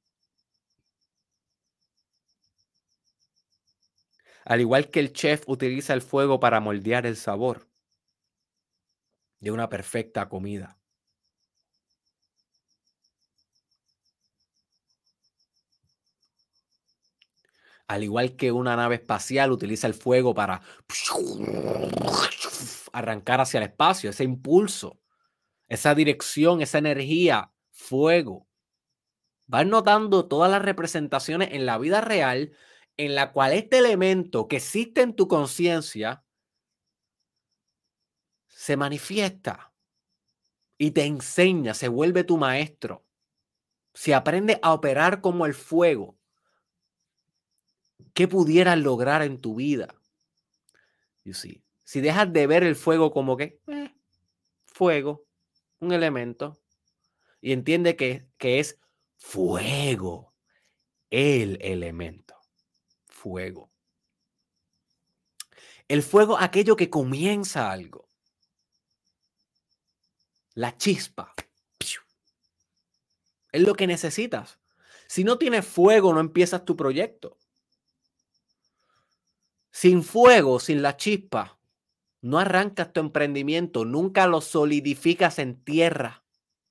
Al igual que el chef utiliza el fuego para moldear el sabor de una perfecta comida. Al igual que una nave espacial utiliza el fuego para arrancar hacia el espacio, ese impulso, esa dirección, esa energía, fuego. Vas notando todas las representaciones en la vida real en la cual este elemento que existe en tu conciencia se manifiesta y te enseña, se vuelve tu maestro. Si aprendes a operar como el fuego, ¿qué pudieras lograr en tu vida? You see. Si dejas de ver el fuego como que eh, fuego, un elemento, y entiende que, que es fuego, el elemento, fuego. El fuego, aquello que comienza algo. La chispa. Es lo que necesitas. Si no tienes fuego, no empiezas tu proyecto. Sin fuego, sin la chispa, no arrancas tu emprendimiento, nunca lo solidificas en tierra.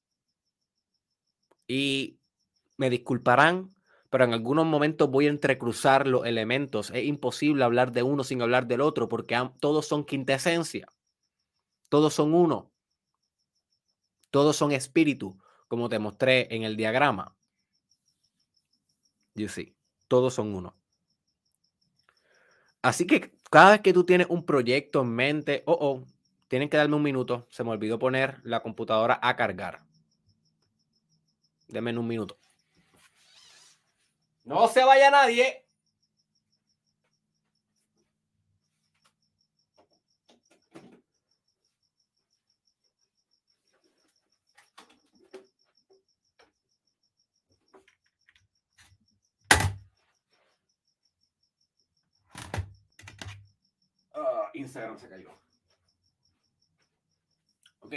Y me disculparán, pero en algunos momentos voy a entrecruzar los elementos. Es imposible hablar de uno sin hablar del otro, porque todos son quintesencia. Todos son uno. Todos son espíritu, como te mostré en el diagrama. You see, todos son uno. Así que cada vez que tú tienes un proyecto en mente, oh, oh, tienen que darme un minuto. Se me olvidó poner la computadora a cargar. Denme un minuto. No se vaya nadie. Uh, Instagram se cayó. Ok.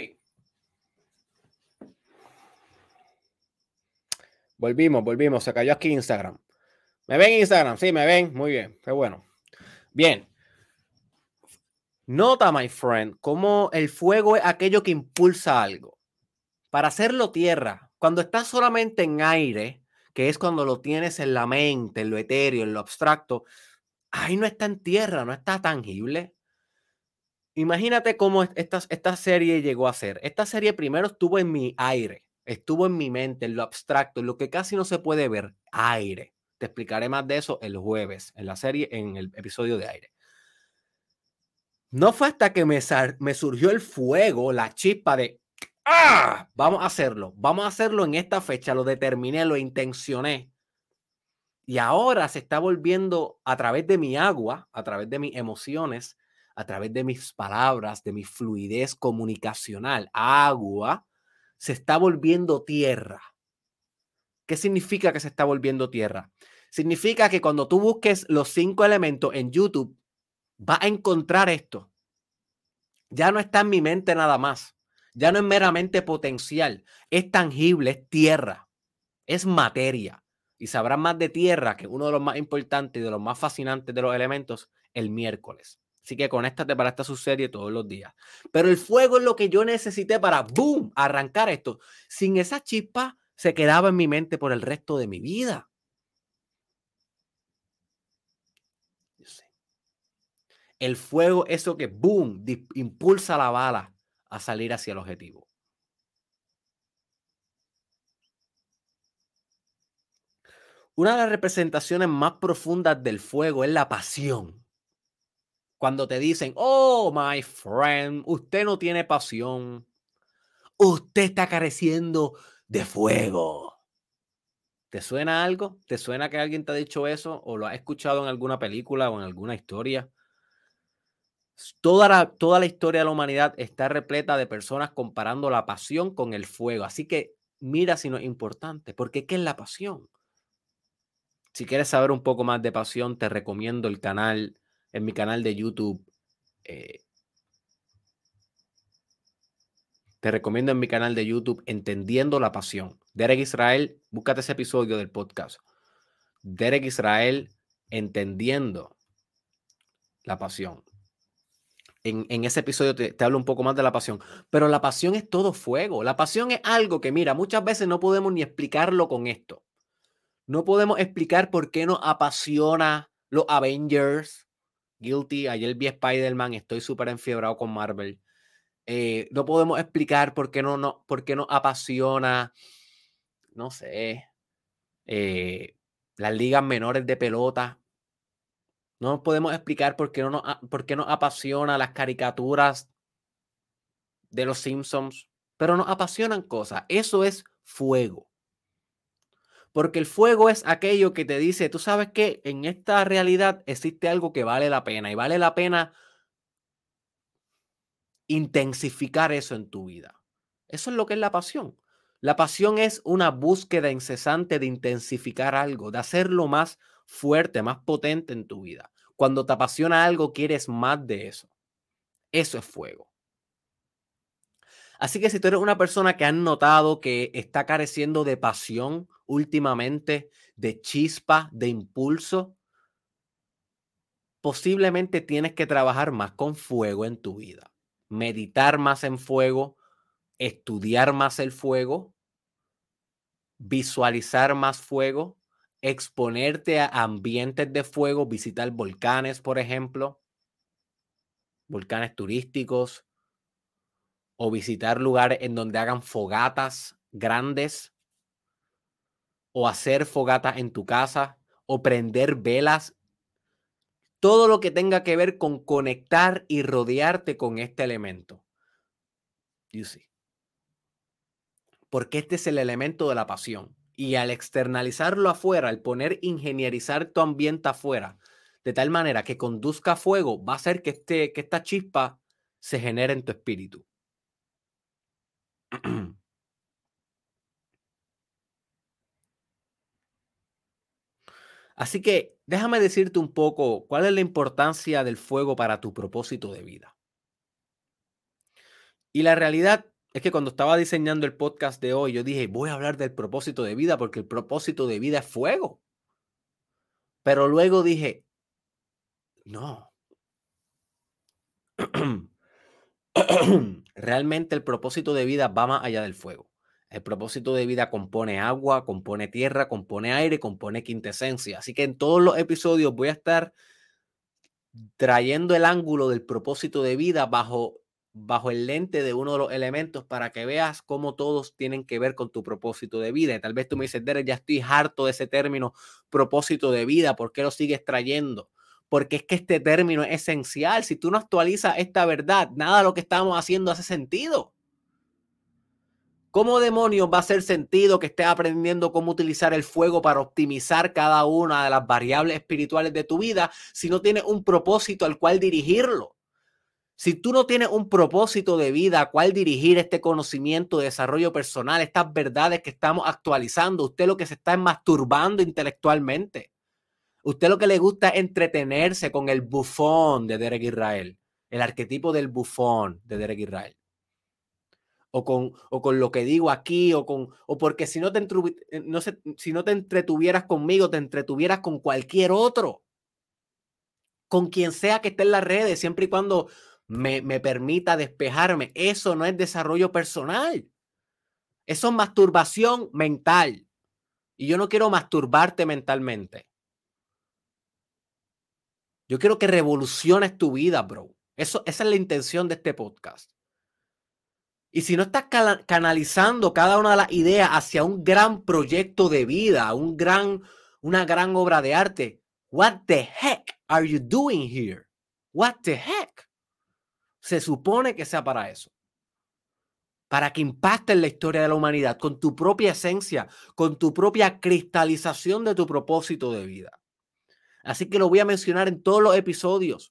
Volvimos, volvimos. Se cayó aquí Instagram. ¿Me ven Instagram? Sí, me ven. Muy bien. Qué bueno. Bien. Nota, my friend, cómo el fuego es aquello que impulsa algo. Para hacerlo tierra, cuando estás solamente en aire, que es cuando lo tienes en la mente, en lo etéreo, en lo abstracto, ahí no está en tierra, no está tangible. Imagínate cómo esta, esta serie llegó a ser. Esta serie primero estuvo en mi aire, estuvo en mi mente, en lo abstracto, en lo que casi no se puede ver, aire. Te explicaré más de eso el jueves, en la serie, en el episodio de aire. No fue hasta que me, me surgió el fuego, la chispa de, ¡ah! Vamos a hacerlo, vamos a hacerlo en esta fecha, lo determiné, lo intencioné. Y ahora se está volviendo a través de mi agua, a través de mis emociones, a través de mis palabras, de mi fluidez comunicacional. Agua se está volviendo tierra. ¿Qué significa que se está volviendo tierra? Significa que cuando tú busques los cinco elementos en YouTube, vas a encontrar esto. Ya no está en mi mente nada más. Ya no es meramente potencial. Es tangible, es tierra, es materia. Y sabrán más de tierra, que es uno de los más importantes y de los más fascinantes de los elementos, el miércoles. Así que conéctate para esta subserie todos los días. Pero el fuego es lo que yo necesité para, ¡boom!, arrancar esto. Sin esa chispa, se quedaba en mi mente por el resto de mi vida. El fuego es lo que, ¡boom!, impulsa la bala a salir hacia el objetivo. Una de las representaciones más profundas del fuego es la pasión. Cuando te dicen, oh, my friend, usted no tiene pasión. Usted está careciendo de fuego. ¿Te suena algo? ¿Te suena que alguien te ha dicho eso? ¿O lo has escuchado en alguna película o en alguna historia? Toda la, toda la historia de la humanidad está repleta de personas comparando la pasión con el fuego. Así que mira si no es importante. Porque ¿qué es la pasión? Si quieres saber un poco más de pasión, te recomiendo el canal, en mi canal de YouTube. Eh, te recomiendo en mi canal de YouTube Entendiendo la Pasión. Derek Israel, búscate ese episodio del podcast. Derek Israel, Entendiendo la Pasión. En, en ese episodio te, te hablo un poco más de la pasión. Pero la pasión es todo fuego. La pasión es algo que, mira, muchas veces no podemos ni explicarlo con esto. No podemos explicar por qué nos apasiona los Avengers. Guilty. Ayer vi Spider-Man. Estoy súper enfiebrado con Marvel. Eh, no podemos explicar por qué no, no, por qué nos apasiona, no sé, eh, las ligas menores de pelota. No podemos explicar por qué, no nos, por qué nos apasiona las caricaturas de los Simpsons, pero nos apasionan cosas. Eso es fuego. Porque el fuego es aquello que te dice, tú sabes que en esta realidad existe algo que vale la pena y vale la pena intensificar eso en tu vida. Eso es lo que es la pasión. La pasión es una búsqueda incesante de intensificar algo, de hacerlo más fuerte, más potente en tu vida. Cuando te apasiona algo, quieres más de eso. Eso es fuego. Así que si tú eres una persona que has notado que está careciendo de pasión últimamente, de chispa, de impulso, posiblemente tienes que trabajar más con fuego en tu vida. Meditar más en fuego, estudiar más el fuego, visualizar más fuego, exponerte a ambientes de fuego, visitar volcanes, por ejemplo, volcanes turísticos, o visitar lugares en donde hagan fogatas grandes, o hacer fogatas en tu casa, o prender velas. Todo lo que tenga que ver con conectar y rodearte con este elemento. You see. Porque este es el elemento de la pasión. Y al externalizarlo afuera, al poner ingenierizar tu ambiente afuera, de tal manera que conduzca a fuego, va a hacer que, este, que esta chispa se genere en tu espíritu. Así que déjame decirte un poco cuál es la importancia del fuego para tu propósito de vida. Y la realidad es que cuando estaba diseñando el podcast de hoy, yo dije, voy a hablar del propósito de vida porque el propósito de vida es fuego. Pero luego dije, no. Realmente el propósito de vida va más allá del fuego. El propósito de vida compone agua, compone tierra, compone aire, compone quintesencia. Así que en todos los episodios voy a estar trayendo el ángulo del propósito de vida bajo, bajo el lente de uno de los elementos para que veas cómo todos tienen que ver con tu propósito de vida. Y tal vez tú me dices, Derek, ya estoy harto de ese término propósito de vida. ¿Por qué lo sigues trayendo? Porque es que este término es esencial. Si tú no actualizas esta verdad, nada de lo que estamos haciendo hace sentido. ¿Cómo demonios va a hacer sentido que estés aprendiendo cómo utilizar el fuego para optimizar cada una de las variables espirituales de tu vida si no tienes un propósito al cual dirigirlo? Si tú no tienes un propósito de vida a cual dirigir este conocimiento de desarrollo personal, estas verdades que estamos actualizando, usted lo que se está es masturbando intelectualmente. Usted lo que le gusta es entretenerse con el bufón de Derek Israel, el arquetipo del bufón de Derek Israel. O con, o con lo que digo aquí, o, con, o porque si no, te no sé, si no te entretuvieras conmigo, te entretuvieras con cualquier otro, con quien sea que esté en las redes, siempre y cuando me, me permita despejarme. Eso no es desarrollo personal. Eso es masturbación mental. Y yo no quiero masturbarte mentalmente. Yo quiero que revoluciones tu vida, bro. Eso, esa es la intención de este podcast. Y si no estás canalizando cada una de las ideas hacia un gran proyecto de vida, un gran, una gran obra de arte, what the heck are you doing here? What the heck? Se supone que sea para eso. Para que impacte en la historia de la humanidad con tu propia esencia, con tu propia cristalización de tu propósito de vida. Así que lo voy a mencionar en todos los episodios.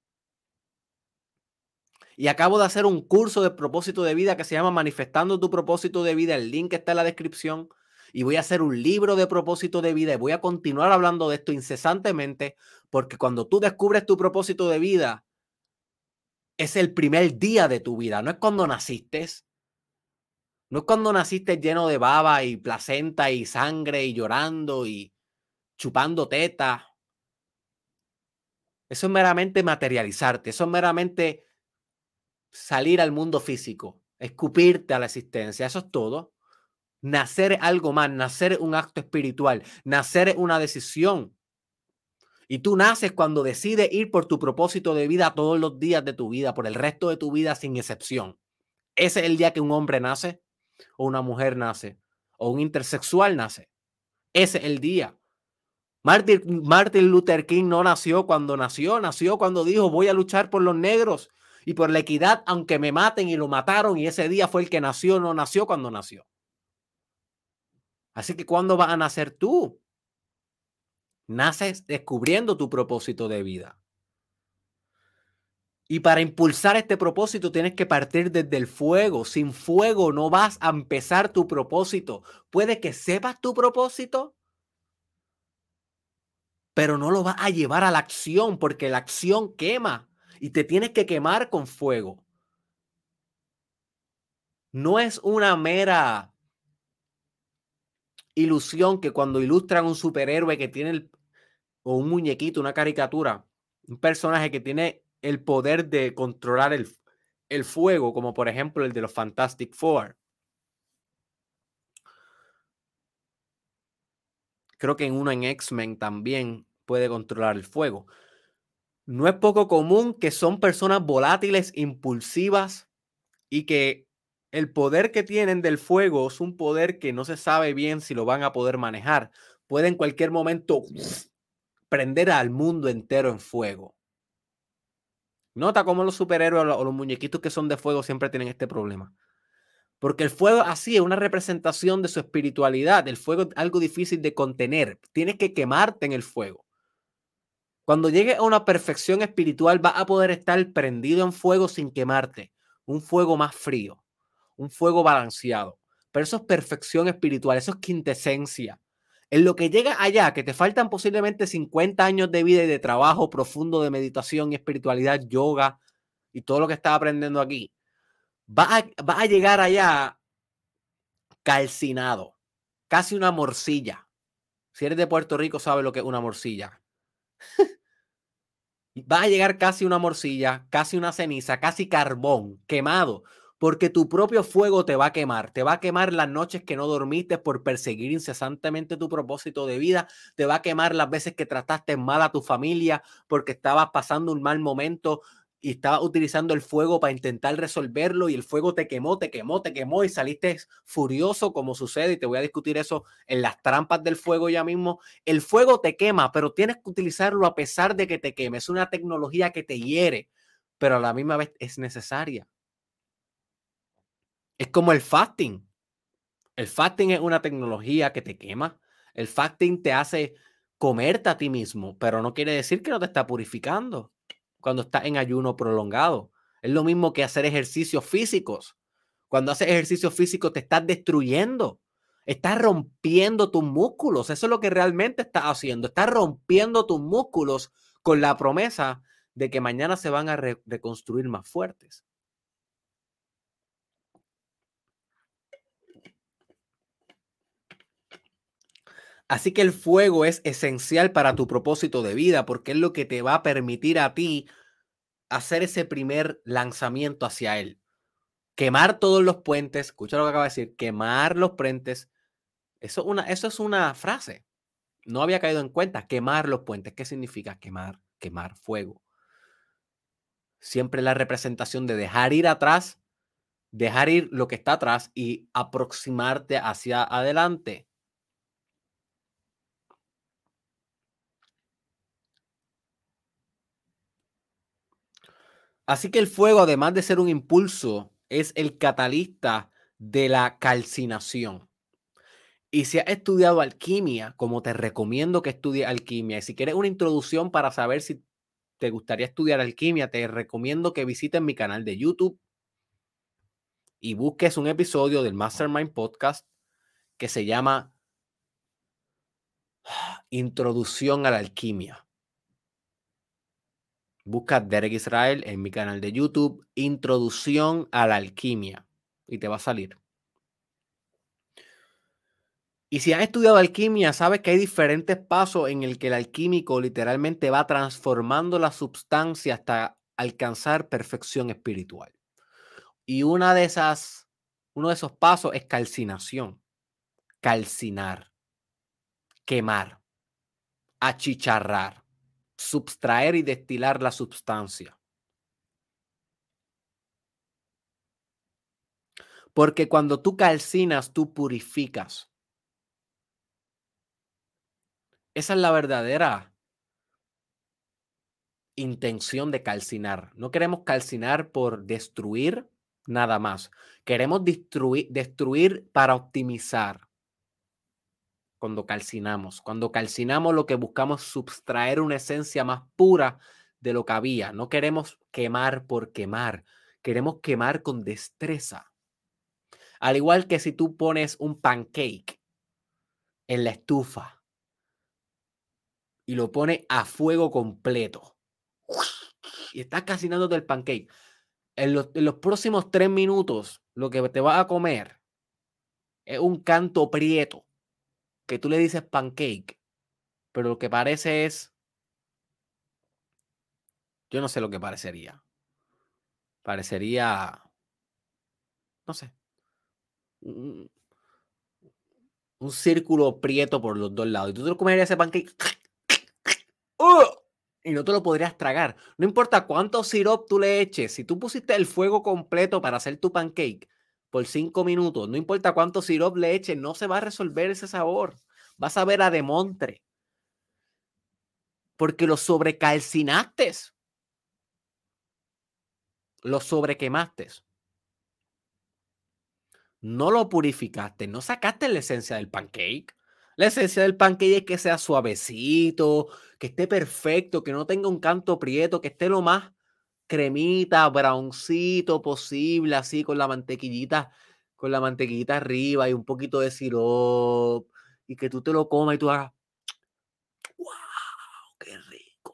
Y acabo de hacer un curso de propósito de vida que se llama Manifestando tu propósito de vida. El link está en la descripción. Y voy a hacer un libro de propósito de vida y voy a continuar hablando de esto incesantemente porque cuando tú descubres tu propósito de vida, es el primer día de tu vida. No es cuando naciste. No es cuando naciste lleno de baba y placenta y sangre y llorando y chupando teta. Eso es meramente materializarte. Eso es meramente salir al mundo físico, escupirte a la existencia. Eso es todo. Nacer es algo más, nacer es un acto espiritual, nacer es una decisión. Y tú naces cuando decides ir por tu propósito de vida todos los días de tu vida, por el resto de tu vida sin excepción. Ese es el día que un hombre nace, o una mujer nace, o un intersexual nace. Ese es el día. Martin, Martin Luther King no nació cuando nació, nació cuando dijo voy a luchar por los negros y por la equidad, aunque me maten, y lo mataron, y ese día fue el que nació, no nació cuando nació. Así que ¿cuándo vas a nacer tú? Naces descubriendo tu propósito de vida. Y para impulsar este propósito tienes que partir desde el fuego. Sin fuego no vas a empezar tu propósito. Puede que sepas tu propósito, pero no lo vas a llevar a la acción porque la acción quema y te tienes que quemar con fuego. No es una mera ilusión que cuando ilustran un superhéroe que tiene el, o un muñequito, una caricatura, un personaje que tiene el poder de controlar el, el fuego, como por ejemplo el de los Fantastic Four. Creo que en uno en X-Men también puede controlar el fuego. No es poco común que son personas volátiles, impulsivas y que el poder que tienen del fuego es un poder que no se sabe bien si lo van a poder manejar. Puede en cualquier momento prender al mundo entero en fuego. Nota cómo los superhéroes o los muñequitos que son de fuego siempre tienen este problema. Porque el fuego así es una representación de su espiritualidad. El fuego es algo difícil de contener. Tienes que quemarte en el fuego. Cuando llegues a una perfección espiritual, vas a poder estar prendido en fuego sin quemarte. Un fuego más frío, un fuego balanceado. Pero eso es perfección espiritual, eso es quintesencia. En lo que llega allá, que te faltan posiblemente cincuenta años de vida y de trabajo profundo de meditación y espiritualidad, yoga y todo lo que estás aprendiendo aquí, vas a, vas a llegar allá calcinado, casi una morcilla. Si eres de Puerto Rico, sabes lo que es una morcilla. Va a llegar casi una morcilla, casi una ceniza, casi carbón, quemado, porque tu propio fuego te va a quemar. Te va a quemar las noches que no dormiste por perseguir incesantemente tu propósito de vida. Te va a quemar las veces que trataste mal a tu familia porque estabas pasando un mal momento y estabas utilizando el fuego para intentar resolverlo y el fuego te quemó, te quemó, te quemó y saliste furioso como sucede. Y te voy a discutir eso en las trampas del fuego ya mismo. El fuego te quema, pero tienes que utilizarlo a pesar de que te queme. Es una tecnología que te hiere, pero a la misma vez es necesaria. Es como el fasting. El fasting es una tecnología que te quema. El fasting te hace comerte a ti mismo, pero no quiere decir que no te está purificando cuando estás en ayuno prolongado. Es lo mismo que hacer ejercicios físicos. Cuando haces ejercicio físico te estás destruyendo. Estás rompiendo tus músculos. Eso es lo que realmente estás haciendo. Estás rompiendo tus músculos con la promesa de que mañana se van a re reconstruir más fuertes. Así que el fuego es esencial para tu propósito de vida porque es lo que te va a permitir a ti hacer ese primer lanzamiento hacia él. Quemar todos los puentes. Escucha lo que acabo de decir. Quemar los puentes. Eso, una, eso es una frase. No había caído en cuenta. Quemar los puentes. ¿Qué significa quemar? Quemar fuego. Siempre la representación de dejar ir atrás, dejar ir lo que está atrás y aproximarte hacia adelante. Así que el fuego, además de ser un impulso, es el catalista de la calcinación. Y si has estudiado alquimia, como te recomiendo que estudies alquimia, y si quieres una introducción para saber si te gustaría estudiar alquimia, te recomiendo que visites mi canal de YouTube y busques un episodio del Mastermind Podcast que se llama Introducción a la Alquimia. Busca Derek Israel en mi canal de YouTube, Introducción a la Alquimia, y te va a salir. Y si has estudiado alquimia, sabes que hay diferentes pasos en el que el alquímico literalmente va transformando la sustancia hasta alcanzar perfección espiritual. Y una de esas, uno de esos pasos es calcinación, calcinar, quemar, achicharrar, subtraer y destilar la sustancia. Porque cuando tú calcinas, tú purificas. Esa es la verdadera intención de calcinar. No queremos calcinar por destruir nada más. Queremos destruir, destruir para optimizar cuando calcinamos. Cuando calcinamos lo que buscamos es subtraer una esencia más pura de lo que había. No queremos quemar por quemar. Queremos quemar con destreza. Al igual que si tú pones un pancake en la estufa y lo pones a fuego completo y estás cocinándote el pancake, en los, en los próximos tres minutos lo que te vas a comer es un canto prieto que tú le dices pancake, pero lo que parece es, yo no sé lo que parecería. Parecería, no sé, un, un círculo prieto por los dos lados. Y tú te lo comerías ese pancake ¡uh! Y no te lo podrías tragar. No importa cuánto sirope tú le eches, si tú pusiste el fuego completo para hacer tu pancake por cinco minutos, no importa cuánto sirope le eches, no se va a resolver ese sabor. Vas a ver a demontre. Porque lo sobrecalcinaste. Lo sobrequemaste. No lo purificaste, no sacaste la esencia del pancake. La esencia del pancake es que sea suavecito, que esté perfecto, que no tenga un canto prieto, que esté lo más cremita, browncito posible, así con la mantequillita, con la mantequillita arriba y un poquito de sirope, y que tú te lo comas y tú hagas, ¡wow! ¡Qué rico!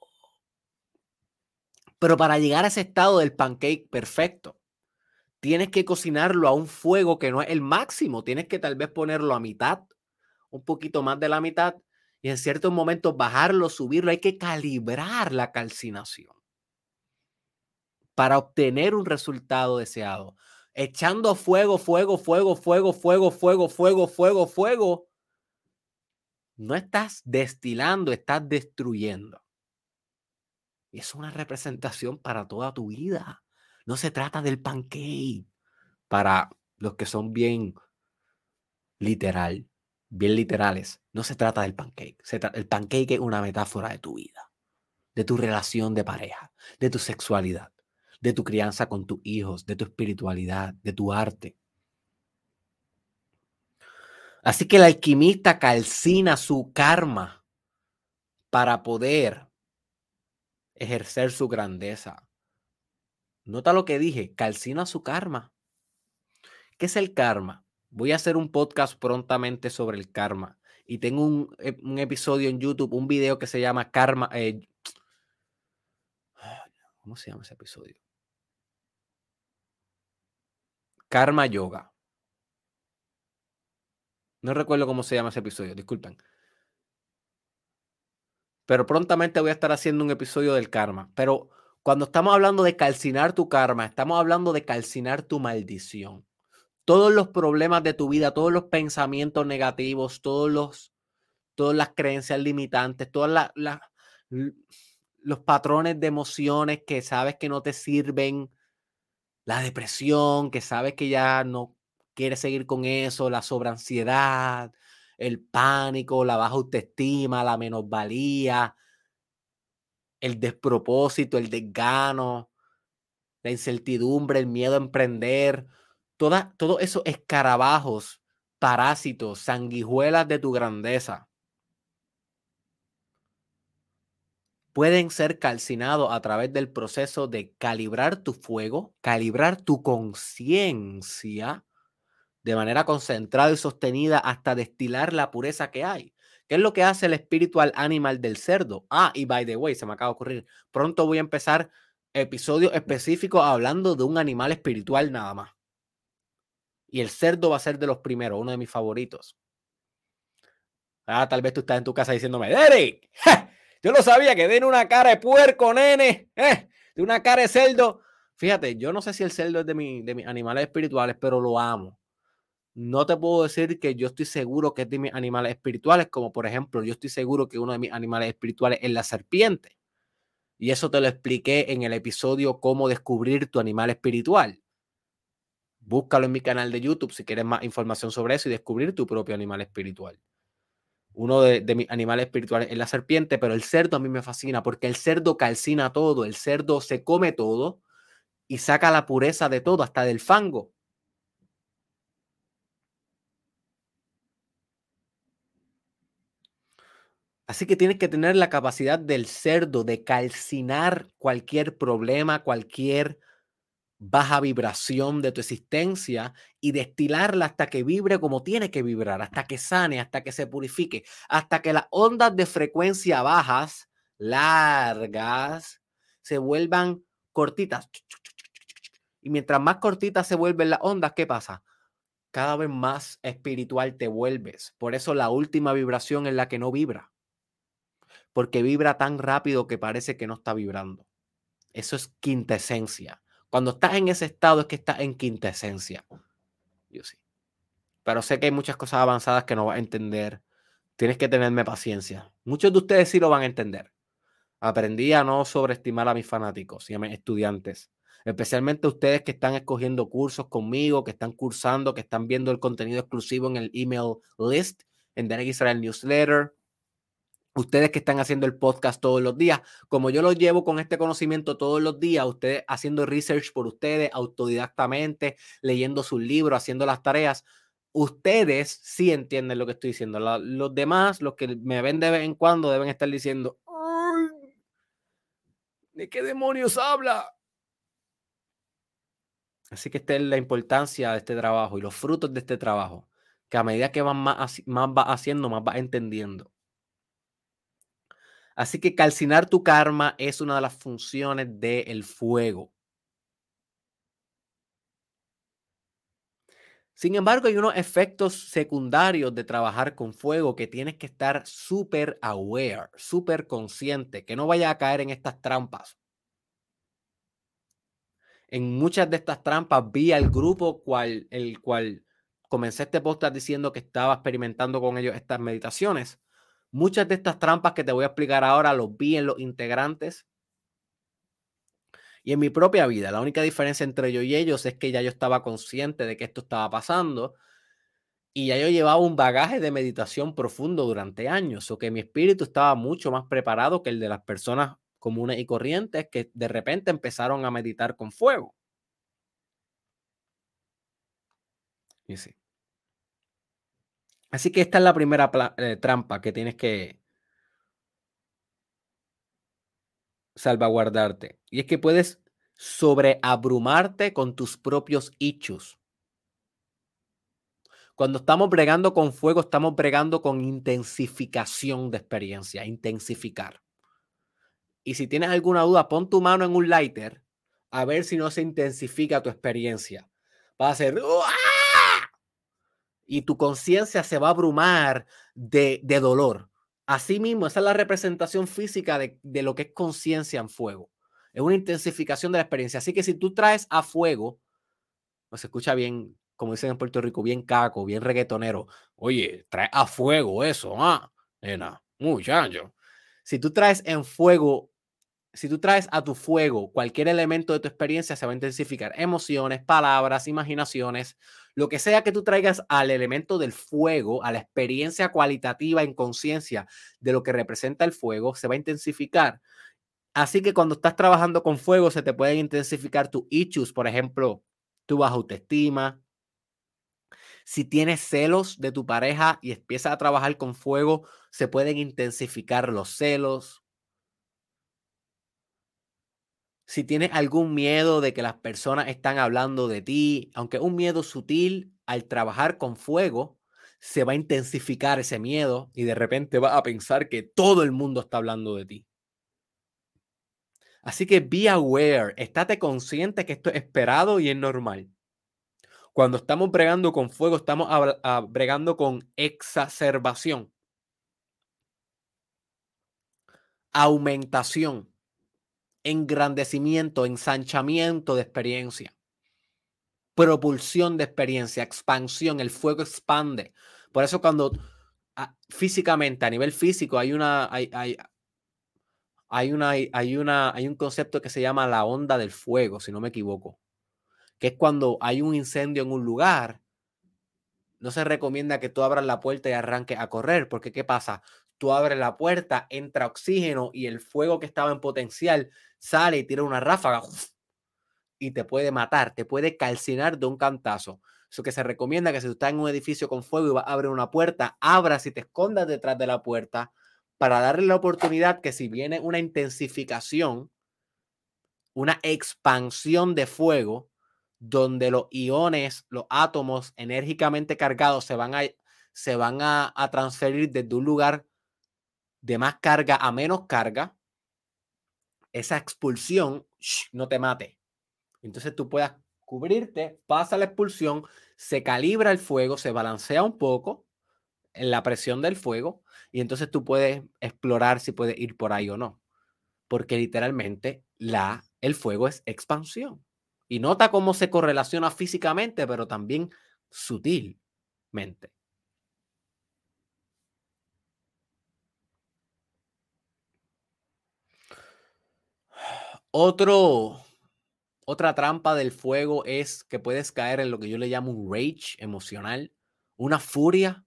Pero para llegar a ese estado del pancake perfecto, tienes que cocinarlo a un fuego que no es el máximo. Tienes que tal vez ponerlo a mitad, un poquito más de la mitad, y en ciertos momentos bajarlo, subirlo. Hay que calibrar la calcinación para obtener un resultado deseado. Echando fuego, fuego, fuego, fuego, fuego, fuego, fuego, fuego, fuego. No estás destilando, estás destruyendo. Y es una representación para toda tu vida. No se trata del pancake. Para los que son bien literal, bien literales, no se trata del pancake. Se tra- el pancake es una metáfora de tu vida, de tu relación de pareja, de tu sexualidad, de tu crianza con tus hijos, de tu espiritualidad, de tu arte. Así que el alquimista calcina su karma para poder ejercer su grandeza. Nota lo que dije, calcina su karma. ¿Qué es el karma? Voy a hacer un podcast prontamente sobre el karma. Y tengo un, ep- un episodio en YouTube, un video que se llama Karma. eh, ¿Cómo se llama ese episodio? Karma Yoga. No recuerdo cómo se llama ese episodio, disculpen. Pero prontamente voy a estar haciendo un episodio del karma. Pero cuando estamos hablando de calcinar tu karma, estamos hablando de calcinar tu maldición. Todos los problemas de tu vida, todos los pensamientos negativos, todos los, todas las creencias limitantes, todas las, las, los patrones de emociones que sabes que no te sirven, la depresión, que sabes que ya no quieres seguir con eso, la sobreansiedad, el pánico, la baja autoestima, la menosvalía, el despropósito, el desgano, la incertidumbre, el miedo a emprender, toda, todos esos escarabajos, parásitos, sanguijuelas de tu grandeza pueden ser calcinados a través del proceso de calibrar tu fuego, calibrar tu conciencia de manera concentrada y sostenida hasta destilar la pureza que hay. ¿Qué es lo que hace el espiritual animal del cerdo? Ah, y by the way, se me acaba de ocurrir. Pronto voy a empezar episodios específicos hablando de un animal espiritual nada más. Y el cerdo va a ser de los primeros, uno de mis favoritos. Ah, tal vez tú estás en tu casa diciéndome, Derek, ¡ja! Yo no sabía que tiene una cara de puerco, nene, ¿eh? De una cara de cerdo. Fíjate, yo no sé si el cerdo es de, mi, de mis animales espirituales, pero lo amo. No te puedo decir que yo estoy seguro que es de mis animales espirituales, como por ejemplo, yo estoy seguro que uno de mis animales espirituales es la serpiente. Y eso te lo expliqué en el episodio Cómo descubrir tu animal espiritual. Búscalo en mi canal de YouTube si quieres más información sobre eso y descubrir tu propio animal espiritual. Uno de, de mis animales espirituales es la serpiente, pero el cerdo a mí me fascina porque el cerdo calcina todo, el cerdo se come todo y saca la pureza de todo, hasta del fango. Así que tienes que tener la capacidad del cerdo de calcinar cualquier problema, cualquier baja vibración de tu existencia y destilarla hasta que vibre como tiene que vibrar, hasta que sane, hasta que se purifique, hasta que las ondas de frecuencia bajas, largas, se vuelvan cortitas. Y mientras más cortitas se vuelven las ondas, ¿qué pasa? Cada vez más espiritual te vuelves. Por eso la última vibración es la que no vibra, porque vibra tan rápido que parece que no está vibrando. Eso es quintesencia. Cuando estás en ese estado es que estás en quintesencia. Yo sí. Pero sé que hay muchas cosas avanzadas que no vas a entender. Tienes que tenerme paciencia. Muchos de ustedes sí lo van a entender. Aprendí a no sobreestimar a mis fanáticos y a mis estudiantes. Especialmente ustedes que están escogiendo cursos conmigo, que están cursando, que están viendo el contenido exclusivo en el email list, en Derek Israel Newsletter. Ustedes que están haciendo el podcast todos los días, como yo lo llevo con este conocimiento todos los días, ustedes haciendo research por ustedes, autodidactamente, leyendo sus libros, haciendo las tareas, ustedes sí entienden lo que estoy diciendo. La, los demás, los que me ven de vez en cuando, deben estar diciendo, ¡ay! ¿De qué demonios habla? Así que esta es la importancia de este trabajo y los frutos de este trabajo, que a medida que van más, más vas haciendo, más vas entendiendo. Así que calcinar tu karma es una de las funciones del fuego. Sin embargo, hay unos efectos secundarios de trabajar con fuego que tienes que estar súper aware, súper consciente, que no vaya a caer en estas trampas. En muchas de estas trampas vi al grupo cual, el cual comencé este podcast diciendo que estaba experimentando con ellos estas meditaciones. Muchas de estas trampas que te voy a explicar ahora los vi en los integrantes y en mi propia vida. La única diferencia entre yo y ellos es que ya yo estaba consciente de que esto estaba pasando y ya yo llevaba un bagaje de meditación profundo durante años, o que mi espíritu estaba mucho más preparado que el de las personas comunes y corrientes que de repente empezaron a meditar con fuego. Y sí. Así que esta es la primera eh, trampa que tienes que salvaguardarte. Y es que puedes sobreabrumarte con tus propios hechos. Cuando estamos bregando con fuego, estamos bregando con intensificación de experiencia, intensificar. Y si tienes alguna duda, pon tu mano en un lighter a ver si no se intensifica tu experiencia. Va a ser ¡uah! Y tu conciencia se va a abrumar de, de dolor. Asimismo, esa es la representación física de, de lo que es conciencia en fuego. Es una intensificación de la experiencia. Así que si tú traes a fuego, pues se escucha bien, como dicen en Puerto Rico, bien caco, bien reggaetonero. Oye, trae a fuego eso, ah, nena, muchacho. Si tú traes en fuego, si tú traes a tu fuego cualquier elemento de tu experiencia, se va a intensificar. Emociones, palabras, imaginaciones, lo que sea que tú traigas al elemento del fuego, a la experiencia cualitativa en conciencia de lo que representa el fuego, se va a intensificar. Así que cuando estás trabajando con fuego, se te pueden intensificar tus issues, por ejemplo, tu baja autoestima. Si tienes celos de tu pareja y empiezas a trabajar con fuego, se pueden intensificar los celos. Si tienes algún miedo de que las personas están hablando de ti, aunque es un miedo sutil, al trabajar con fuego, se va a intensificar ese miedo y de repente vas a pensar que todo el mundo está hablando de ti. Así que be aware, estate consciente que esto es esperado y es normal. Cuando estamos bregando con fuego, estamos bregando con exacerbación, aumentación, engrandecimiento, ensanchamiento de experiencia, propulsión de experiencia, expansión. El fuego expande. Por eso cuando a, físicamente, a nivel físico, hay una, hay, hay, hay, una, hay, una, hay un concepto que se llama la onda del fuego, si no me equivoco, que es cuando hay un incendio en un lugar. No se recomienda que tú abras la puerta y arranques a correr, porque ¿qué pasa? Tú abres la puerta, entra oxígeno y el fuego que estaba en potencial sale y tira una ráfaga y te puede matar, te puede calcinar de un cantazo. Eso que se recomienda que si tú estás en un edificio con fuego y vas a abrir una puerta, abras y te escondas detrás de la puerta para darle la oportunidad que si viene una intensificación, una expansión de fuego, donde los iones, los átomos enérgicamente cargados se van a, se van a, a transferir desde un lugar de más carga a menos carga, esa expulsión shh, no te mate. Entonces tú puedas cubrirte, pasa la expulsión, se calibra el fuego, se balancea un poco en la presión del fuego y entonces tú puedes explorar si puedes ir por ahí o no. Porque literalmente la, el fuego es expansión. Y nota cómo se correlaciona físicamente, pero también sutilmente. Otro, otra trampa del fuego es que puedes caer en lo que yo le llamo un rage emocional, una furia.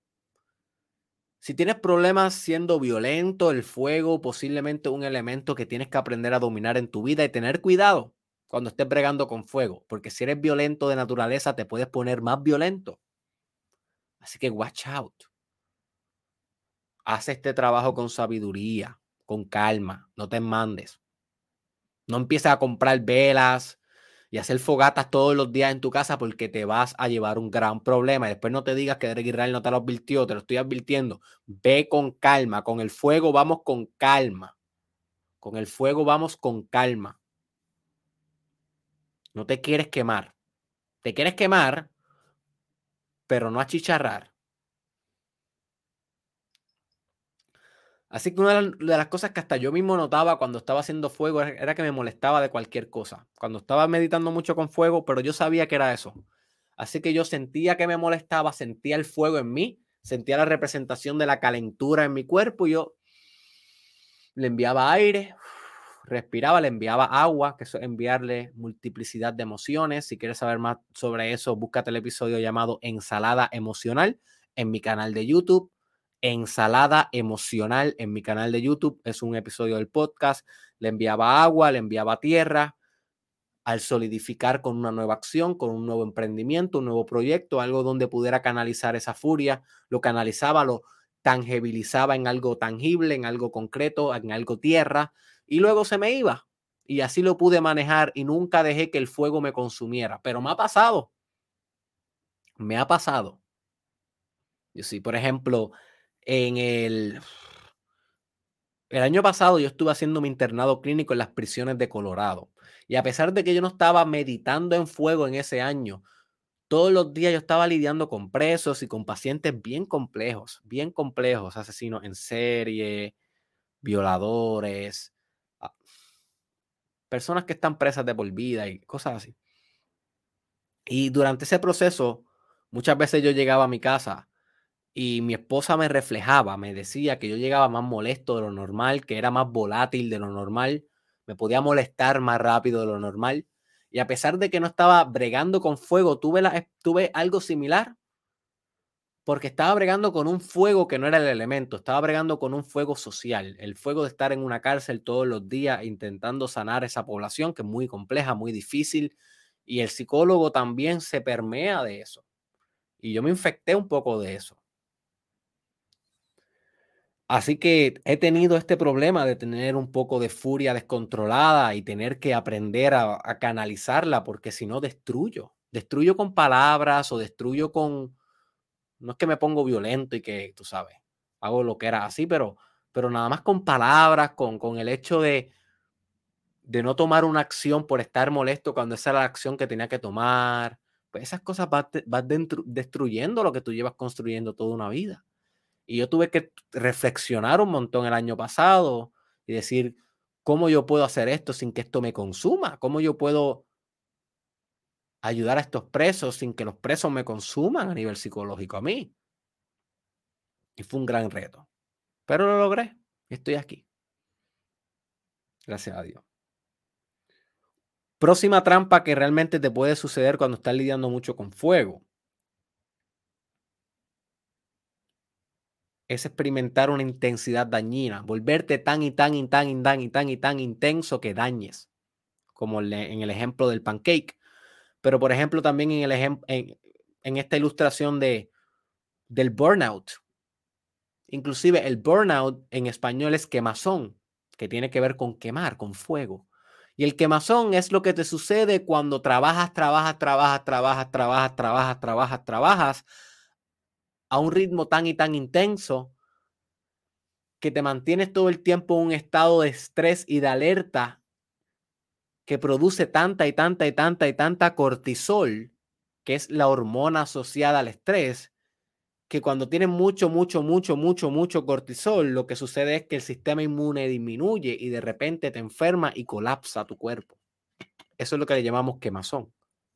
Si tienes problemas siendo violento, el fuego posiblemente un elemento que tienes que aprender a dominar en tu vida y tener cuidado cuando estés bregando con fuego, porque si eres violento de naturaleza te puedes poner más violento. Así que watch out. Haz este trabajo con sabiduría, con calma, no te mandes. No empieces a comprar velas y hacer fogatas todos los días en tu casa porque te vas a llevar un gran problema. Y después no te digas que Derek Israel no te lo advirtió, te lo estoy advirtiendo. Ve con calma, con el fuego vamos con calma. Con el fuego vamos con calma. No te quieres quemar. Te quieres quemar, pero no achicharrar. Así que una de las cosas que hasta yo mismo notaba cuando estaba haciendo fuego era que me molestaba de cualquier cosa. Cuando estaba meditando mucho con fuego, pero yo sabía que era eso. Así que yo sentía que me molestaba, sentía el fuego en mí, sentía la representación de la calentura en mi cuerpo y yo le enviaba aire, respiraba, le enviaba agua, que eso es enviarle multiplicidad de emociones. Si quieres saber más sobre eso, búscate el episodio llamado Ensalada Emocional en mi canal de YouTube. Ensalada Emocional en mi canal de YouTube. Es un episodio del podcast. Le enviaba agua, le enviaba tierra. Al solidificar con una nueva acción, con un nuevo emprendimiento, un nuevo proyecto, algo donde pudiera canalizar esa furia, lo canalizaba, lo tangibilizaba en algo tangible, en algo concreto, en algo tierra, y luego se me iba. Y así lo pude manejar y nunca dejé que el fuego me consumiera. Pero me ha pasado, me ha pasado. Yo sí, por ejemplo, en el, el año pasado yo estuve haciendo mi internado clínico en las prisiones de Colorado. Y a pesar de que yo no estaba meditando en fuego en ese año, todos los días yo estaba lidiando con presos y con pacientes bien complejos, bien complejos, asesinos en serie, violadores, ah, personas que están presas de por vida y cosas así. Y durante ese proceso, muchas veces yo llegaba a mi casa y mi esposa me reflejaba, me decía que yo llegaba más molesto de lo normal, que era más volátil de lo normal, me podía molestar más rápido de lo normal. Y a pesar de que no estaba bregando con fuego, tuve, la, tuve algo similar, porque estaba bregando con un fuego que no era el elemento, estaba bregando con un fuego social, el fuego de estar en una cárcel todos los días intentando sanar esa población, que es muy compleja, muy difícil, y el psicólogo también se permea de eso. Y yo me infecté un poco de eso. Así que he tenido este problema de tener un poco de furia descontrolada y tener que aprender a, a canalizarla, porque si no destruyo. Destruyo con palabras o destruyo con... No es que me pongo violento y que, tú sabes, hago lo que era así, pero, pero nada más con palabras, con, con el hecho de, de no tomar una acción por estar molesto cuando esa era la acción que tenía que tomar. Pues esas cosas vas, vas destruyendo lo que tú llevas construyendo toda una vida. Y yo tuve que reflexionar un montón el año pasado y decir, ¿cómo yo puedo hacer esto sin que esto me consuma? ¿Cómo yo puedo ayudar a estos presos sin que los presos me consuman a nivel psicológico a mí? Y fue un gran reto, pero lo logré. Estoy aquí. Gracias a Dios. Próxima trampa que realmente te puede suceder cuando estás lidiando mucho con fuego es experimentar una intensidad dañina, volverte tan y tan y tan y tan y tan y tan intenso que dañes, como en el ejemplo del pancake. Pero, por ejemplo, también en, el ejem en, en esta ilustración de, del burnout. Inclusive el burnout en español es quemazón, que tiene que ver con quemar, con fuego. Y el quemazón es lo que te sucede cuando trabajas, trabajas, trabajas, trabajas, trabajas, trabajas, trabajas, trabajas a un ritmo tan y tan intenso que te mantienes todo el tiempo en un estado de estrés y de alerta que produce tanta y tanta y tanta y tanta cortisol, que es la hormona asociada al estrés, que cuando tienes mucho, mucho, mucho, mucho, mucho cortisol, lo que sucede es que el sistema inmune disminuye y de repente te enferma y colapsa tu cuerpo. Eso es lo que le llamamos quemazón.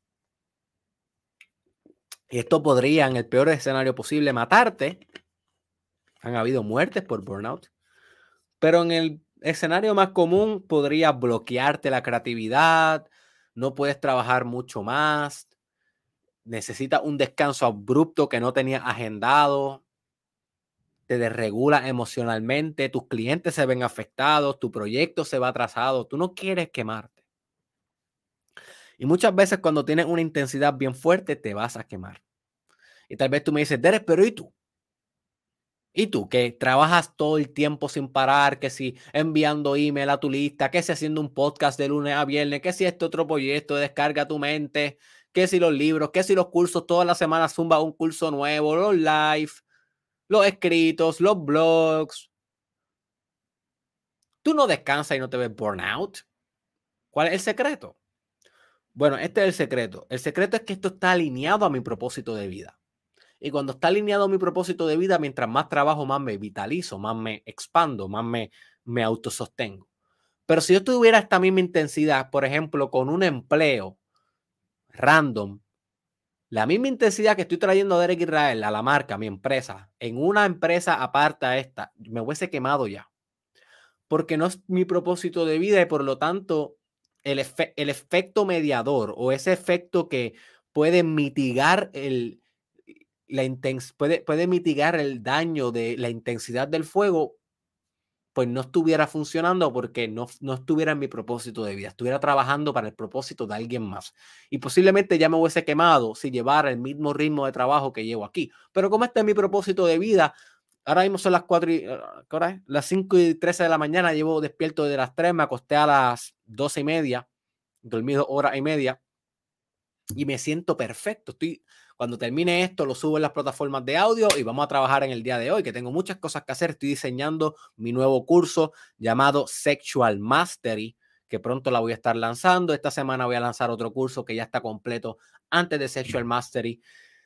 Y esto podría, en el peor escenario posible, matarte. Han habido muertes por burnout. Pero en el escenario más común podría bloquearte la creatividad, no puedes trabajar mucho más, necesitas un descanso abrupto que no tenías agendado, te desregula emocionalmente, tus clientes se ven afectados, tu proyecto se va atrasado, tú no quieres quemarte. Y muchas veces cuando tienes una intensidad bien fuerte te vas a quemar. Y tal vez tú me dices, Derek, pero ¿y tú? ¿Y tú que trabajas todo el tiempo sin parar? Que si enviando email a tu lista, que si haciendo un podcast de lunes a viernes, que si este otro proyecto de descarga tu mente, que si los libros, que si los cursos, todas las semanas zumba un curso nuevo, los live, los escritos, los blogs. Tú no descansas y no te ves burnout. ¿Cuál es el secreto? Bueno, este es el secreto. El secreto es que esto está alineado a mi propósito de vida. Y cuando está alineado a mi propósito de vida, mientras más trabajo, más me vitalizo, más me expando, más me, me autosostengo. Pero si yo tuviera esta misma intensidad, por ejemplo, con un empleo random, la misma intensidad que estoy trayendo a Derek Israel, a la marca, a mi empresa, en una empresa aparte a esta, me hubiese quemado ya. Porque no es mi propósito de vida y por lo tanto el, efe el efecto mediador o ese efecto que puede mitigar el, la intens puede, puede mitigar el daño de la intensidad del fuego, pues no estuviera funcionando porque no, no estuviera en mi propósito de vida, estuviera trabajando para el propósito de alguien más. Y posiblemente ya me hubiese quemado si llevara el mismo ritmo de trabajo que llevo aquí. Pero como este es mi propósito de vida, ahora mismo son las cuatro y, ¿qué hora es? Las cinco y trece de la mañana, llevo despierto de las tres, me acosté a las doce y media, dormido hora y media y me siento perfecto. Estoy, cuando termine esto, lo subo en las plataformas de audio y vamos a trabajar en el día de hoy, que tengo muchas cosas que hacer. Estoy diseñando mi nuevo curso llamado Sexual Mastery, que pronto la voy a estar lanzando. Esta semana voy a lanzar otro curso que ya está completo antes de Sexual Mastery.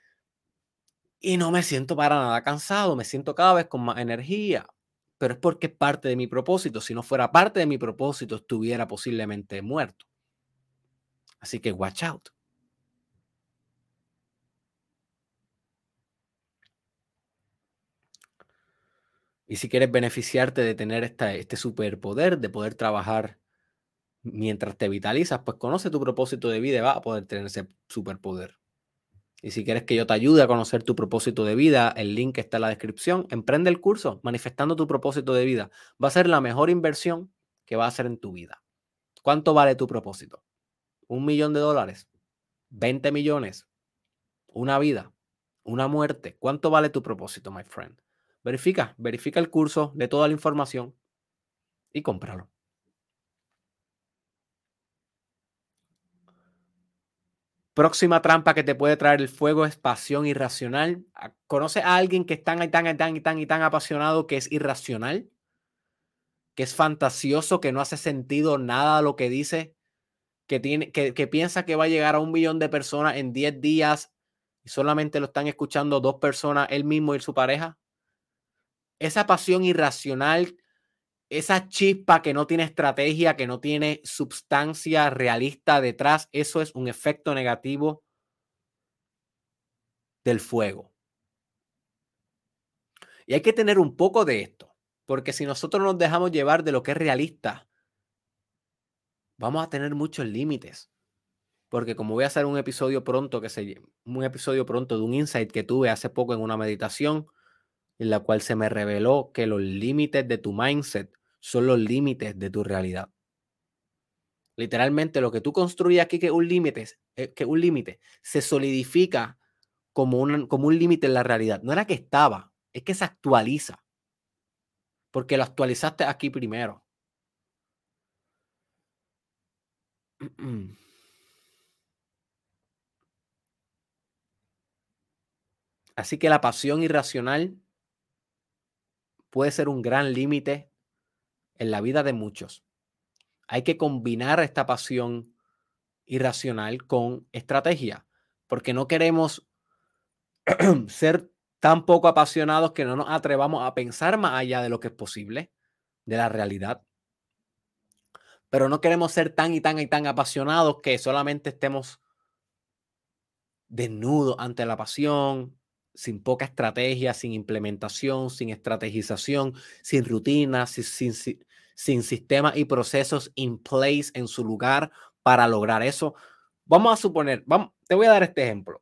Y no me siento para nada cansado, me siento cada vez con más energía, pero es porque es parte de mi propósito. Si no fuera parte de mi propósito, estuviera posiblemente muerto. Así que watch out. Y si quieres beneficiarte de tener esta, este superpoder, de poder trabajar mientras te vitalizas, pues conoce tu propósito de vida y vas a poder tener ese superpoder. Y si quieres que yo te ayude a conocer tu propósito de vida, el link está en la descripción. Emprende el curso manifestando tu propósito de vida. Va a ser la mejor inversión que vas a hacer en tu vida. ¿Cuánto vale tu propósito? ¿Un millón de dólares? ¿veinte millones? ¿Una vida? ¿Una muerte? ¿Cuánto vale tu propósito, my friend? Verifica, verifica el curso, lee toda la información y cómpralo. Próxima trampa que te puede traer el fuego es pasión irracional. ¿Conoces a alguien que es tan y tan y tan y tan y tan apasionado que es irracional? Que es fantasioso, que no hace sentido nada lo que dice, que, tiene, que, que piensa que va a llegar a un millón de personas en diez días y solamente lo están escuchando dos personas, él mismo y su pareja. Esa pasión irracional, esa chispa que no tiene estrategia, que no tiene substancia realista detrás, eso es un efecto negativo del fuego. Y hay que tener un poco de esto, porque si nosotros nos dejamos llevar de lo que es realista, vamos a tener muchos límites. Porque como voy a hacer un episodio pronto, que se, un episodio pronto de un insight que tuve hace poco en una meditación, en la cual se me reveló que los límites de tu mindset son los límites de tu realidad. Literalmente lo que tú construyes aquí que un límite, eh, que un límite se solidifica como un, como un límite en la realidad. No era que estaba, es que se actualiza. porque lo actualizaste aquí primero. Así que la pasión irracional puede ser un gran límite en la vida de muchos. Hay que combinar esta pasión irracional con estrategia, porque no queremos ser tan poco apasionados que no nos atrevamos a pensar más allá de lo que es posible, de la realidad. Pero no queremos ser tan y tan y tan apasionados que solamente estemos desnudos ante la pasión, sin poca estrategia, sin implementación, sin estrategización, sin rutinas, sin, sin, sin, sin sistemas y procesos in place en su lugar para lograr eso. Vamos a suponer, vamos, te voy a dar este ejemplo.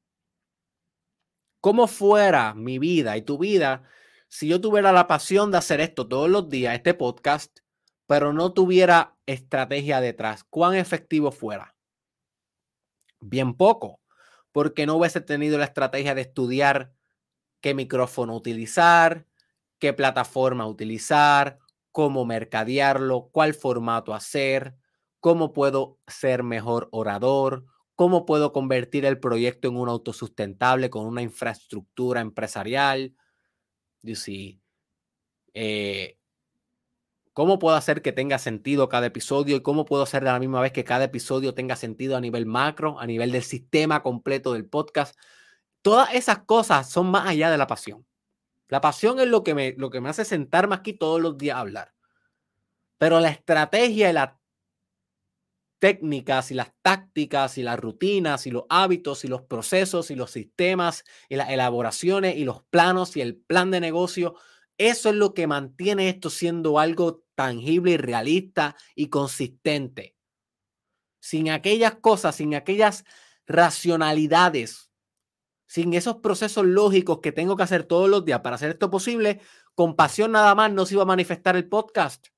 ¿Cómo fuera mi vida y tu vida si yo tuviera la pasión de hacer esto todos los días, este podcast, pero no tuviera estrategia detrás? ¿Cuán efectivo fuera? Bien poco, porque no hubiese tenido la estrategia de estudiar qué micrófono utilizar, qué plataforma utilizar, cómo mercadearlo, cuál formato hacer, cómo puedo ser mejor orador, cómo puedo convertir el proyecto en un autosustentable con una infraestructura empresarial. You see, eh, cómo puedo hacer que tenga sentido cada episodio y cómo puedo hacer a la misma vez que cada episodio tenga sentido a nivel macro, a nivel del sistema completo del podcast. Todas esas cosas son más allá de la pasión. La pasión es lo que me, lo que me hace sentarme aquí todos los días a hablar. Pero la estrategia y las técnicas y las tácticas y las rutinas y los hábitos y los procesos y los sistemas y las elaboraciones y los planos y el plan de negocio, eso es lo que mantiene esto siendo algo tangible y realista y consistente. Sin aquellas cosas, sin aquellas racionalidades, sin esos procesos lógicos que tengo que hacer todos los días para hacer esto posible, con pasión nada más no se iba a manifestar el podcast.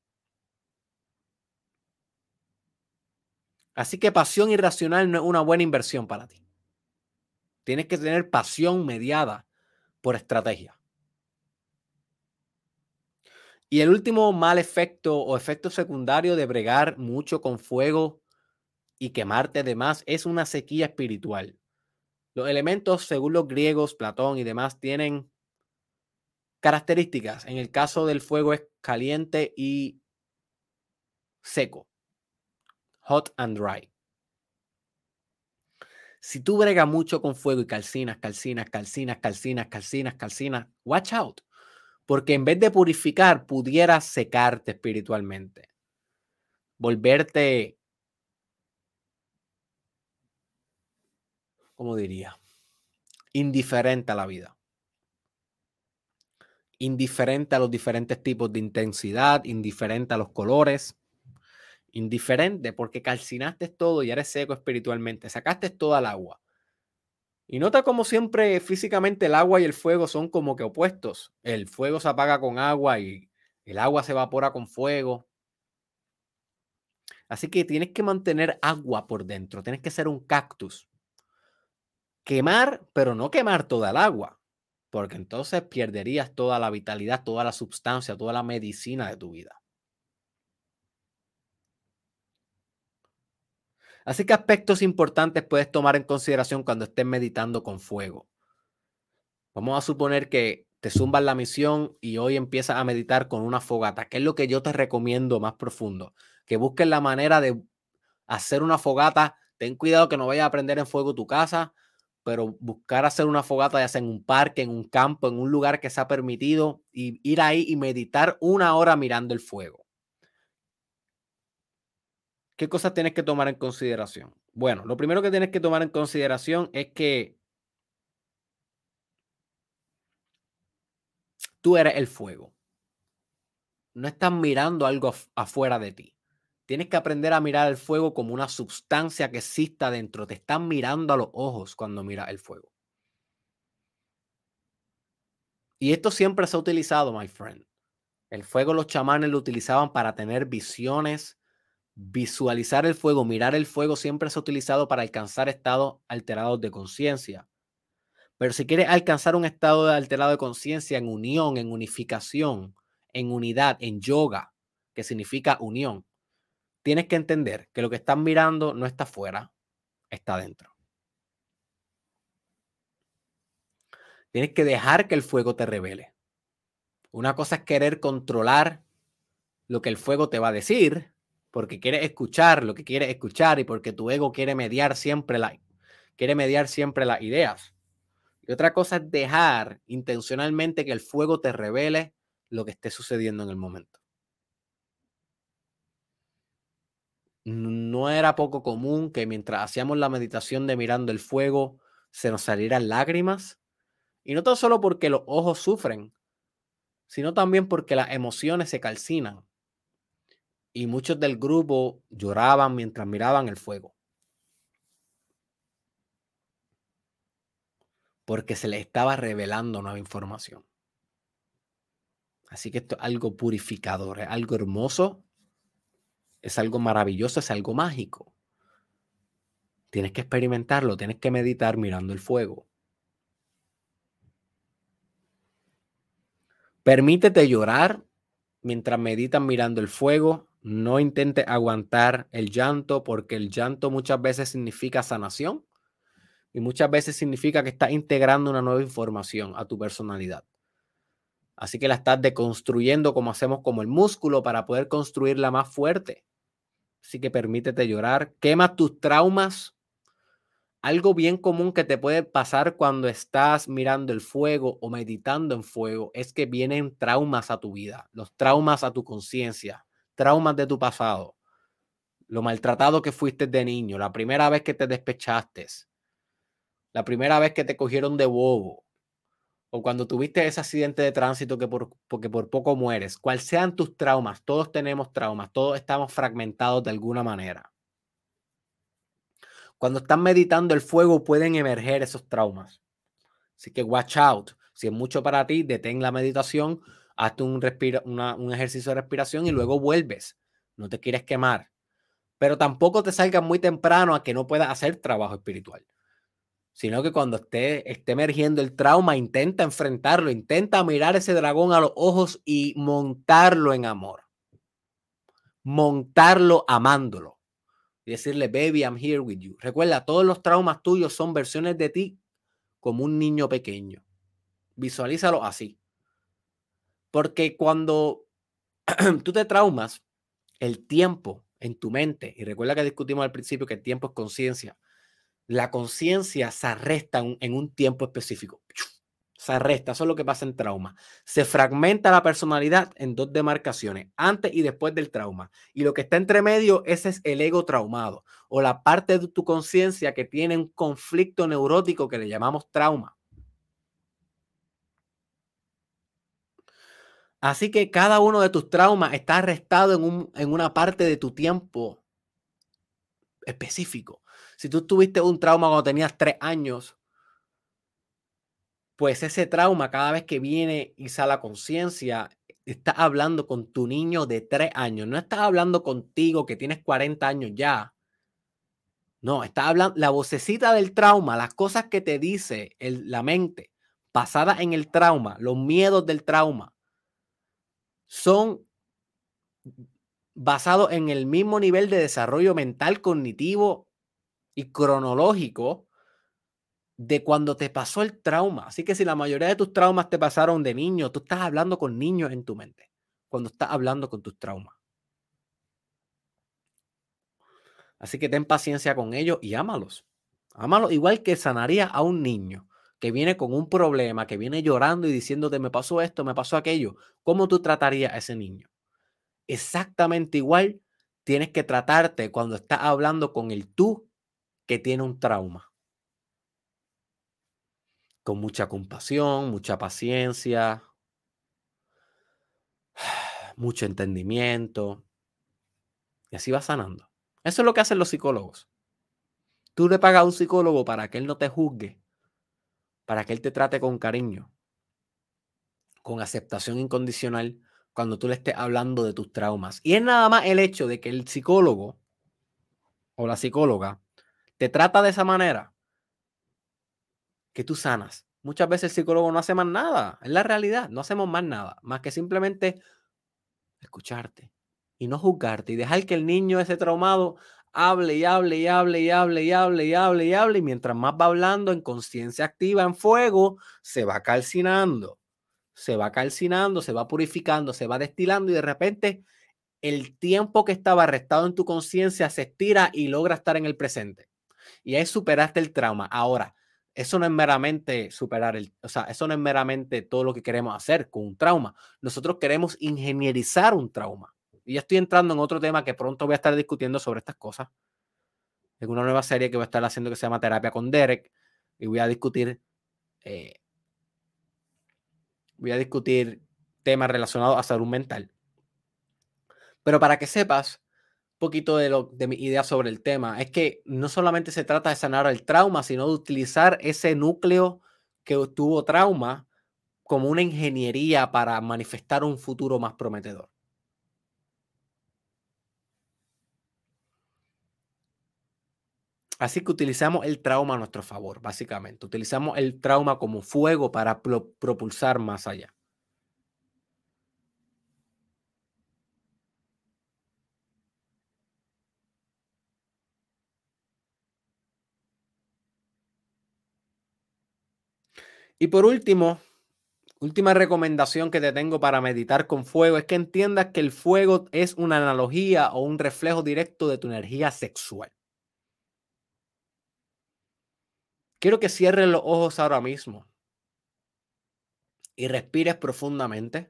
Así que pasión irracional no es una buena inversión para ti. Tienes que tener pasión mediada por estrategia. Y el último mal efecto o efecto secundario de bregar mucho con fuego y quemarte de más es una sequía espiritual. Los elementos, según los griegos, Platón y demás, tienen características. En el caso del fuego es caliente y seco. Hot and dry. Si tú bregas mucho con fuego y calcinas, calcinas, calcinas, calcinas, calcinas, calcinas, watch out. Porque en vez de purificar, pudieras secarte espiritualmente. Volverte, ¿cómo diría? Indiferente a la vida. Indiferente a los diferentes tipos de intensidad, indiferente a los colores. Indiferente porque calcinaste todo y eres seco espiritualmente. Sacaste todo al agua. Y nota como siempre físicamente el agua y el fuego son como que opuestos. El fuego se apaga con agua y el agua se evapora con fuego. Así que tienes que mantener agua por dentro. Tienes que ser un cactus. Quemar, pero no quemar toda el agua, porque entonces perderías toda la vitalidad, toda la sustancia, toda la medicina de tu vida. Así que aspectos importantes puedes tomar en consideración cuando estés meditando con fuego. Vamos a suponer que te zumbas la misión y hoy empiezas a meditar con una fogata. ¿Qué es lo que yo te recomiendo más profundo? Que busques la manera de hacer una fogata. Ten cuidado que no vayas a prender en fuego tu casa, pero buscar hacer una fogata ya sea en un parque, en un campo, en un lugar que sea permitido y ir ahí y meditar una hora mirando el fuego. ¿Qué cosas tienes que tomar en consideración? Bueno, lo primero que tienes que tomar en consideración es que tú eres el fuego. No estás mirando algo afuera de ti. Tienes que aprender a mirar el fuego como una sustancia que exista dentro. Te están mirando a los ojos cuando miras el fuego. Y esto siempre se ha utilizado, my friend. El fuego los chamanes lo utilizaban para tener visiones, visualizar el fuego, mirar el fuego siempre se ha utilizado para alcanzar estados alterados de conciencia. Pero si quieres alcanzar un estado alterado de conciencia en unión, en unificación, en unidad, en yoga, que significa unión, tienes que entender que lo que estás mirando no está afuera, está dentro. Tienes que dejar que el fuego te revele. Una cosa es querer controlar lo que el fuego te va a decir, porque quieres escuchar lo que quieres escuchar y porque tu ego quiere mediar siempre, la, quiere mediar siempre las ideas. Y otra cosa es dejar intencionalmente que el fuego te revele lo que esté sucediendo en el momento. No era poco común que mientras hacíamos la meditación de mirando el fuego se nos salieran lágrimas. Y no tan solo porque los ojos sufren, sino también porque las emociones se calcinan. Y muchos del grupo lloraban mientras miraban el fuego, porque se les estaba revelando nueva información. Así que esto es algo purificador, es algo hermoso, es algo maravilloso, es algo mágico. Tienes que experimentarlo, tienes que meditar mirando el fuego. Permítete llorar mientras meditas mirando el fuego. No intentes aguantar el llanto, porque el llanto muchas veces significa sanación y muchas veces significa que estás integrando una nueva información a tu personalidad. Así que la estás deconstruyendo, como hacemos como el músculo, para poder construirla más fuerte. Así que permítete llorar, quema tus traumas. Algo bien común que te puede pasar cuando estás mirando el fuego o meditando en fuego es que vienen traumas a tu vida, los traumas a tu conciencia, traumas de tu pasado, lo maltratado que fuiste de niño, la primera vez que te despechaste, la primera vez que te cogieron de bobo, o cuando tuviste ese accidente de tránsito que por, porque por poco mueres. Cual sean tus traumas, todos tenemos traumas, todos estamos fragmentados de alguna manera. Cuando estás meditando el fuego pueden emerger esos traumas. Así que watch out. Si es mucho para ti, detén la meditación, hazte un, respira, una, un ejercicio de respiración y luego vuelves. No te quieres quemar. Pero tampoco te salgas muy temprano a que no puedas hacer trabajo espiritual. Sino que cuando esté, esté emergiendo el trauma, intenta enfrentarlo, intenta mirar ese dragón a los ojos y montarlo en amor. Montarlo amándolo. Y decirle, baby, I'm here with you. Recuerda, todos los traumas tuyos son versiones de ti como un niño pequeño. Visualízalo así. Porque cuando tú te traumas, el tiempo en tu mente, y recuerda que discutimos al principio que el tiempo es conciencia, la conciencia se arresta en, en un tiempo específico. Se arresta, eso es lo que pasa en trauma. Se fragmenta la personalidad en dos demarcaciones, antes y después del trauma. Y lo que está entre medio, ese es el ego traumado, o la parte de tu conciencia que tiene un conflicto neurótico que le llamamos trauma. Así que cada uno de tus traumas está arrestado en, un, en una parte de tu tiempo específico. Si tú tuviste un trauma cuando tenías tres años, pues ese trauma cada vez que viene y sale a conciencia, estás hablando con tu niño de tres años. No estás hablando contigo que tienes cuarenta años ya. No, estás hablando, la vocecita del trauma, las cosas que te dice el, la mente basada en el trauma, los miedos del trauma, son basados en el mismo nivel de desarrollo mental, cognitivo y cronológico de cuando te pasó el trauma. Así que si la mayoría de tus traumas te pasaron de niño, tú estás hablando con niños en tu mente cuando estás hablando con tus traumas. Así que ten paciencia con ellos y ámalos. Ámalos igual que sanaría a un niño que viene con un problema, que viene llorando y diciéndote me pasó esto, me pasó aquello. ¿Cómo tú tratarías a ese niño? Exactamente igual tienes que tratarte cuando estás hablando con el tú que tiene un trauma. Con mucha compasión, mucha paciencia, mucho entendimiento. Y así va sanando. Eso es lo que hacen los psicólogos. Tú le pagas a un psicólogo para que él no te juzgue, para que él te trate con cariño, con aceptación incondicional, cuando tú le estés hablando de tus traumas. Y es nada más el hecho de que el psicólogo o la psicóloga te trata de esa manera que tú sanas. Muchas veces el psicólogo no hace más nada. Es la realidad. No hacemos más nada. Más que simplemente escucharte y no juzgarte y dejar que el niño ese traumado hable y hable y hable y hable y hable y hable y hable y mientras más va hablando en conciencia activa, en fuego, se va calcinando, se va calcinando, se va purificando, se va destilando y de repente el tiempo que estaba arrestado en tu conciencia se estira y logra estar en el presente. Y ahí superaste el trauma. Ahora, eso no es meramente superar el, o sea, eso no es meramente todo lo que queremos hacer con un trauma. Nosotros queremos ingenierizar un trauma. Y ya estoy entrando en otro tema que pronto voy a estar discutiendo sobre estas cosas. En una nueva serie que voy a estar haciendo que se llama Terapia con Derek. Y voy a discutir, eh, voy a discutir temas relacionados a salud mental. Pero para que sepas un poquito de, lo, de mi idea sobre el tema, es que no solamente se trata de sanar el trauma, sino de utilizar ese núcleo que tuvo trauma como una ingeniería para manifestar un futuro más prometedor. Así que utilizamos el trauma a nuestro favor, básicamente. Utilizamos el trauma como fuego para pro propulsar más allá. Y por último, última recomendación que te tengo para meditar con fuego es que entiendas que el fuego es una analogía o un reflejo directo de tu energía sexual. Quiero que cierres los ojos ahora mismo y respires profundamente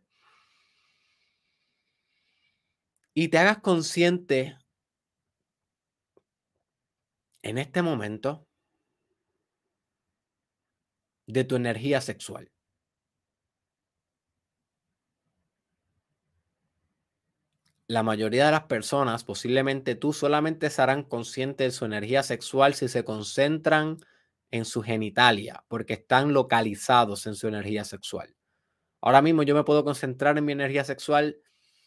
y te hagas consciente en este momento de tu energía sexual. La mayoría de las personas, posiblemente tú, solamente serán conscientes de su energía sexual si se concentran en su genitalia, porque están localizados en su energía sexual. Ahora mismo yo me puedo concentrar en mi energía sexual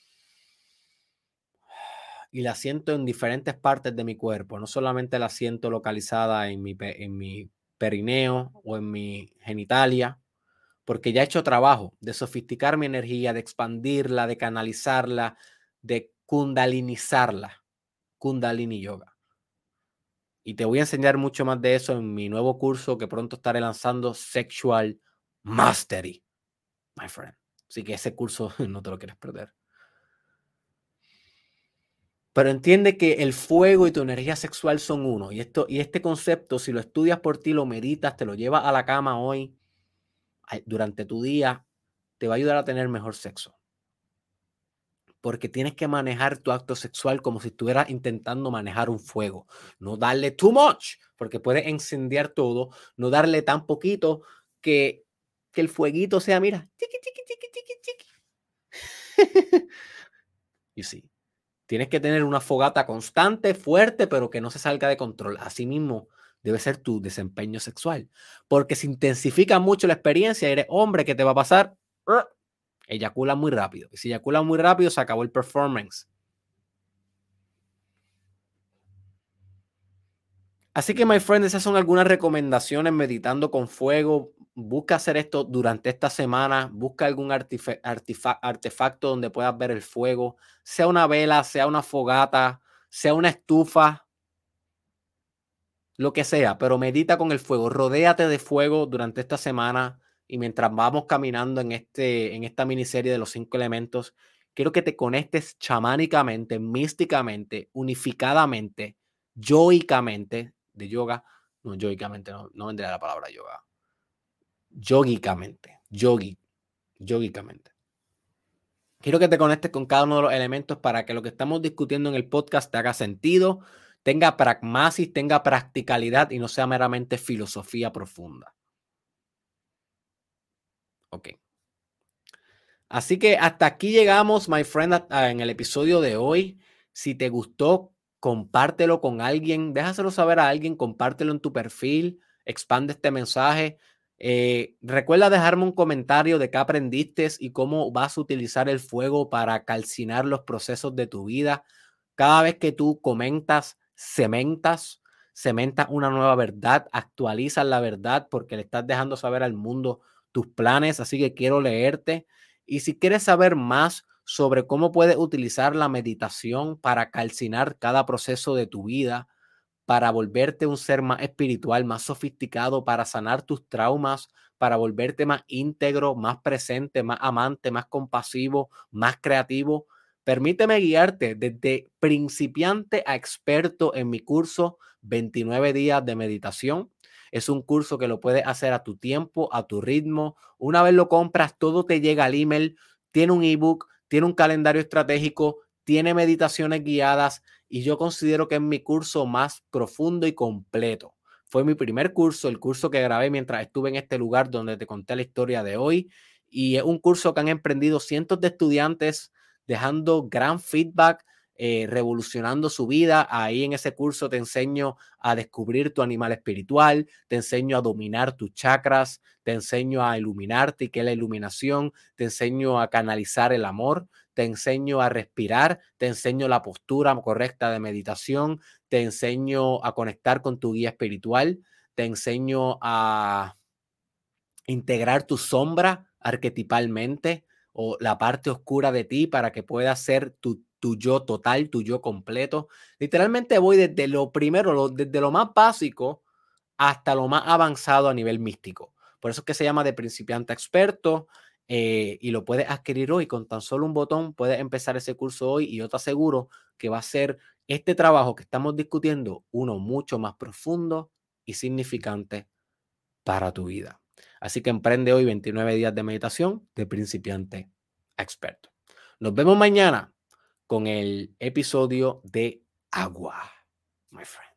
y la siento en diferentes partes de mi cuerpo. No solamente la siento localizada en mi, en mi perineo o en mi genitalia, porque ya he hecho trabajo de sofisticar mi energía, de expandirla, de canalizarla, de kundalinizarla, Kundalini Yoga. Y te voy a enseñar mucho más de eso en mi nuevo curso que pronto estaré lanzando, Sexual Mastery, my friend. Así que ese curso no te lo quieres perder. Pero entiende que el fuego y tu energía sexual son uno. Y, esto, y este concepto, si lo estudias por ti, lo meditas, te lo llevas a la cama hoy, durante tu día, te va a ayudar a tener mejor sexo. Porque tienes que manejar tu acto sexual como si estuvieras intentando manejar un fuego. No darle too much, porque puede incendiar todo. No darle tan poquito que, que el fueguito sea, mira, chiqui, chiqui, chiqui, chiqui, chiqui. You see. Tienes que tener una fogata constante, fuerte, pero que no se salga de control. Asimismo, debe ser tu desempeño sexual. Porque si intensifica mucho la experiencia, eres hombre, ¿qué te va a pasar? Eyacula muy rápido. Y si eyacula muy rápido, se acabó el performance. Así que, my friend, esas son algunas recomendaciones meditando con fuego. Busca hacer esto durante esta semana. Busca algún artefa artefa artefacto donde puedas ver el fuego. Sea una vela, sea una fogata, sea una estufa, lo que sea, pero medita con el fuego. Rodéate de fuego durante esta semana y mientras vamos caminando en, este, en esta miniserie de los cinco elementos, quiero que te conectes chamánicamente, místicamente, unificadamente, yoicamente, de yoga, no, yoicamente, no, no vendría la palabra yoga, yogicamente, yogi, yogicamente. Quiero que te conectes con cada uno de los elementos para que lo que estamos discutiendo en el podcast te haga sentido, tenga pragmasis, tenga practicalidad y no sea meramente filosofía profunda. Ok. Así que hasta aquí llegamos, my friend, en el episodio de hoy. Si te gustó, compártelo con alguien, déjaselo saber a alguien, compártelo en tu perfil, expande este mensaje. Eh, recuerda dejarme un comentario de qué aprendiste y cómo vas a utilizar el fuego para calcinar los procesos de tu vida. Cada vez que tú comentas, cementas, cementas una nueva verdad, actualizas la verdad porque le estás dejando saber al mundo tus planes. Así que quiero leerte. Y si quieres saber más sobre cómo puedes utilizar la meditación para calcinar cada proceso de tu vida, para volverte un ser más espiritual, más sofisticado, para sanar tus traumas, para volverte más íntegro, más presente, más amante, más compasivo, más creativo. Permíteme guiarte desde principiante a experto en mi curso veintinueve días de meditación. Es un curso que lo puedes hacer a tu tiempo, a tu ritmo. Una vez lo compras, todo te llega al email. Tiene un ebook, tiene un calendario estratégico, tiene meditaciones guiadas y yo considero que es mi curso más profundo y completo. Fue mi primer curso, el curso que grabé mientras estuve en este lugar donde te conté la historia de hoy. Y es un curso que han emprendido cientos de estudiantes, dejando gran feedback, eh, revolucionando su vida. Ahí en ese curso te enseño a descubrir tu animal espiritual, te enseño a dominar tus chakras, te enseño a iluminarte y qué es la iluminación, te enseño a canalizar el amor, te enseño a respirar, te enseño la postura correcta de meditación, te enseño a conectar con tu guía espiritual, te enseño a integrar tu sombra arquetipalmente o la parte oscura de ti para que puedas ser tu, tu yo total, tu yo completo. Literalmente voy desde lo primero, lo, desde lo más básico hasta lo más avanzado a nivel místico. Por eso es que se llama de principiante a experto, eh, y lo puedes adquirir hoy con tan solo un botón. Puedes empezar ese curso hoy y yo te aseguro que va a ser este trabajo que estamos discutiendo uno mucho más profundo y significante para tu vida. Así que emprende hoy veintinueve días de meditación de principiante a experto. Nos vemos mañana con el episodio de agua, my friend.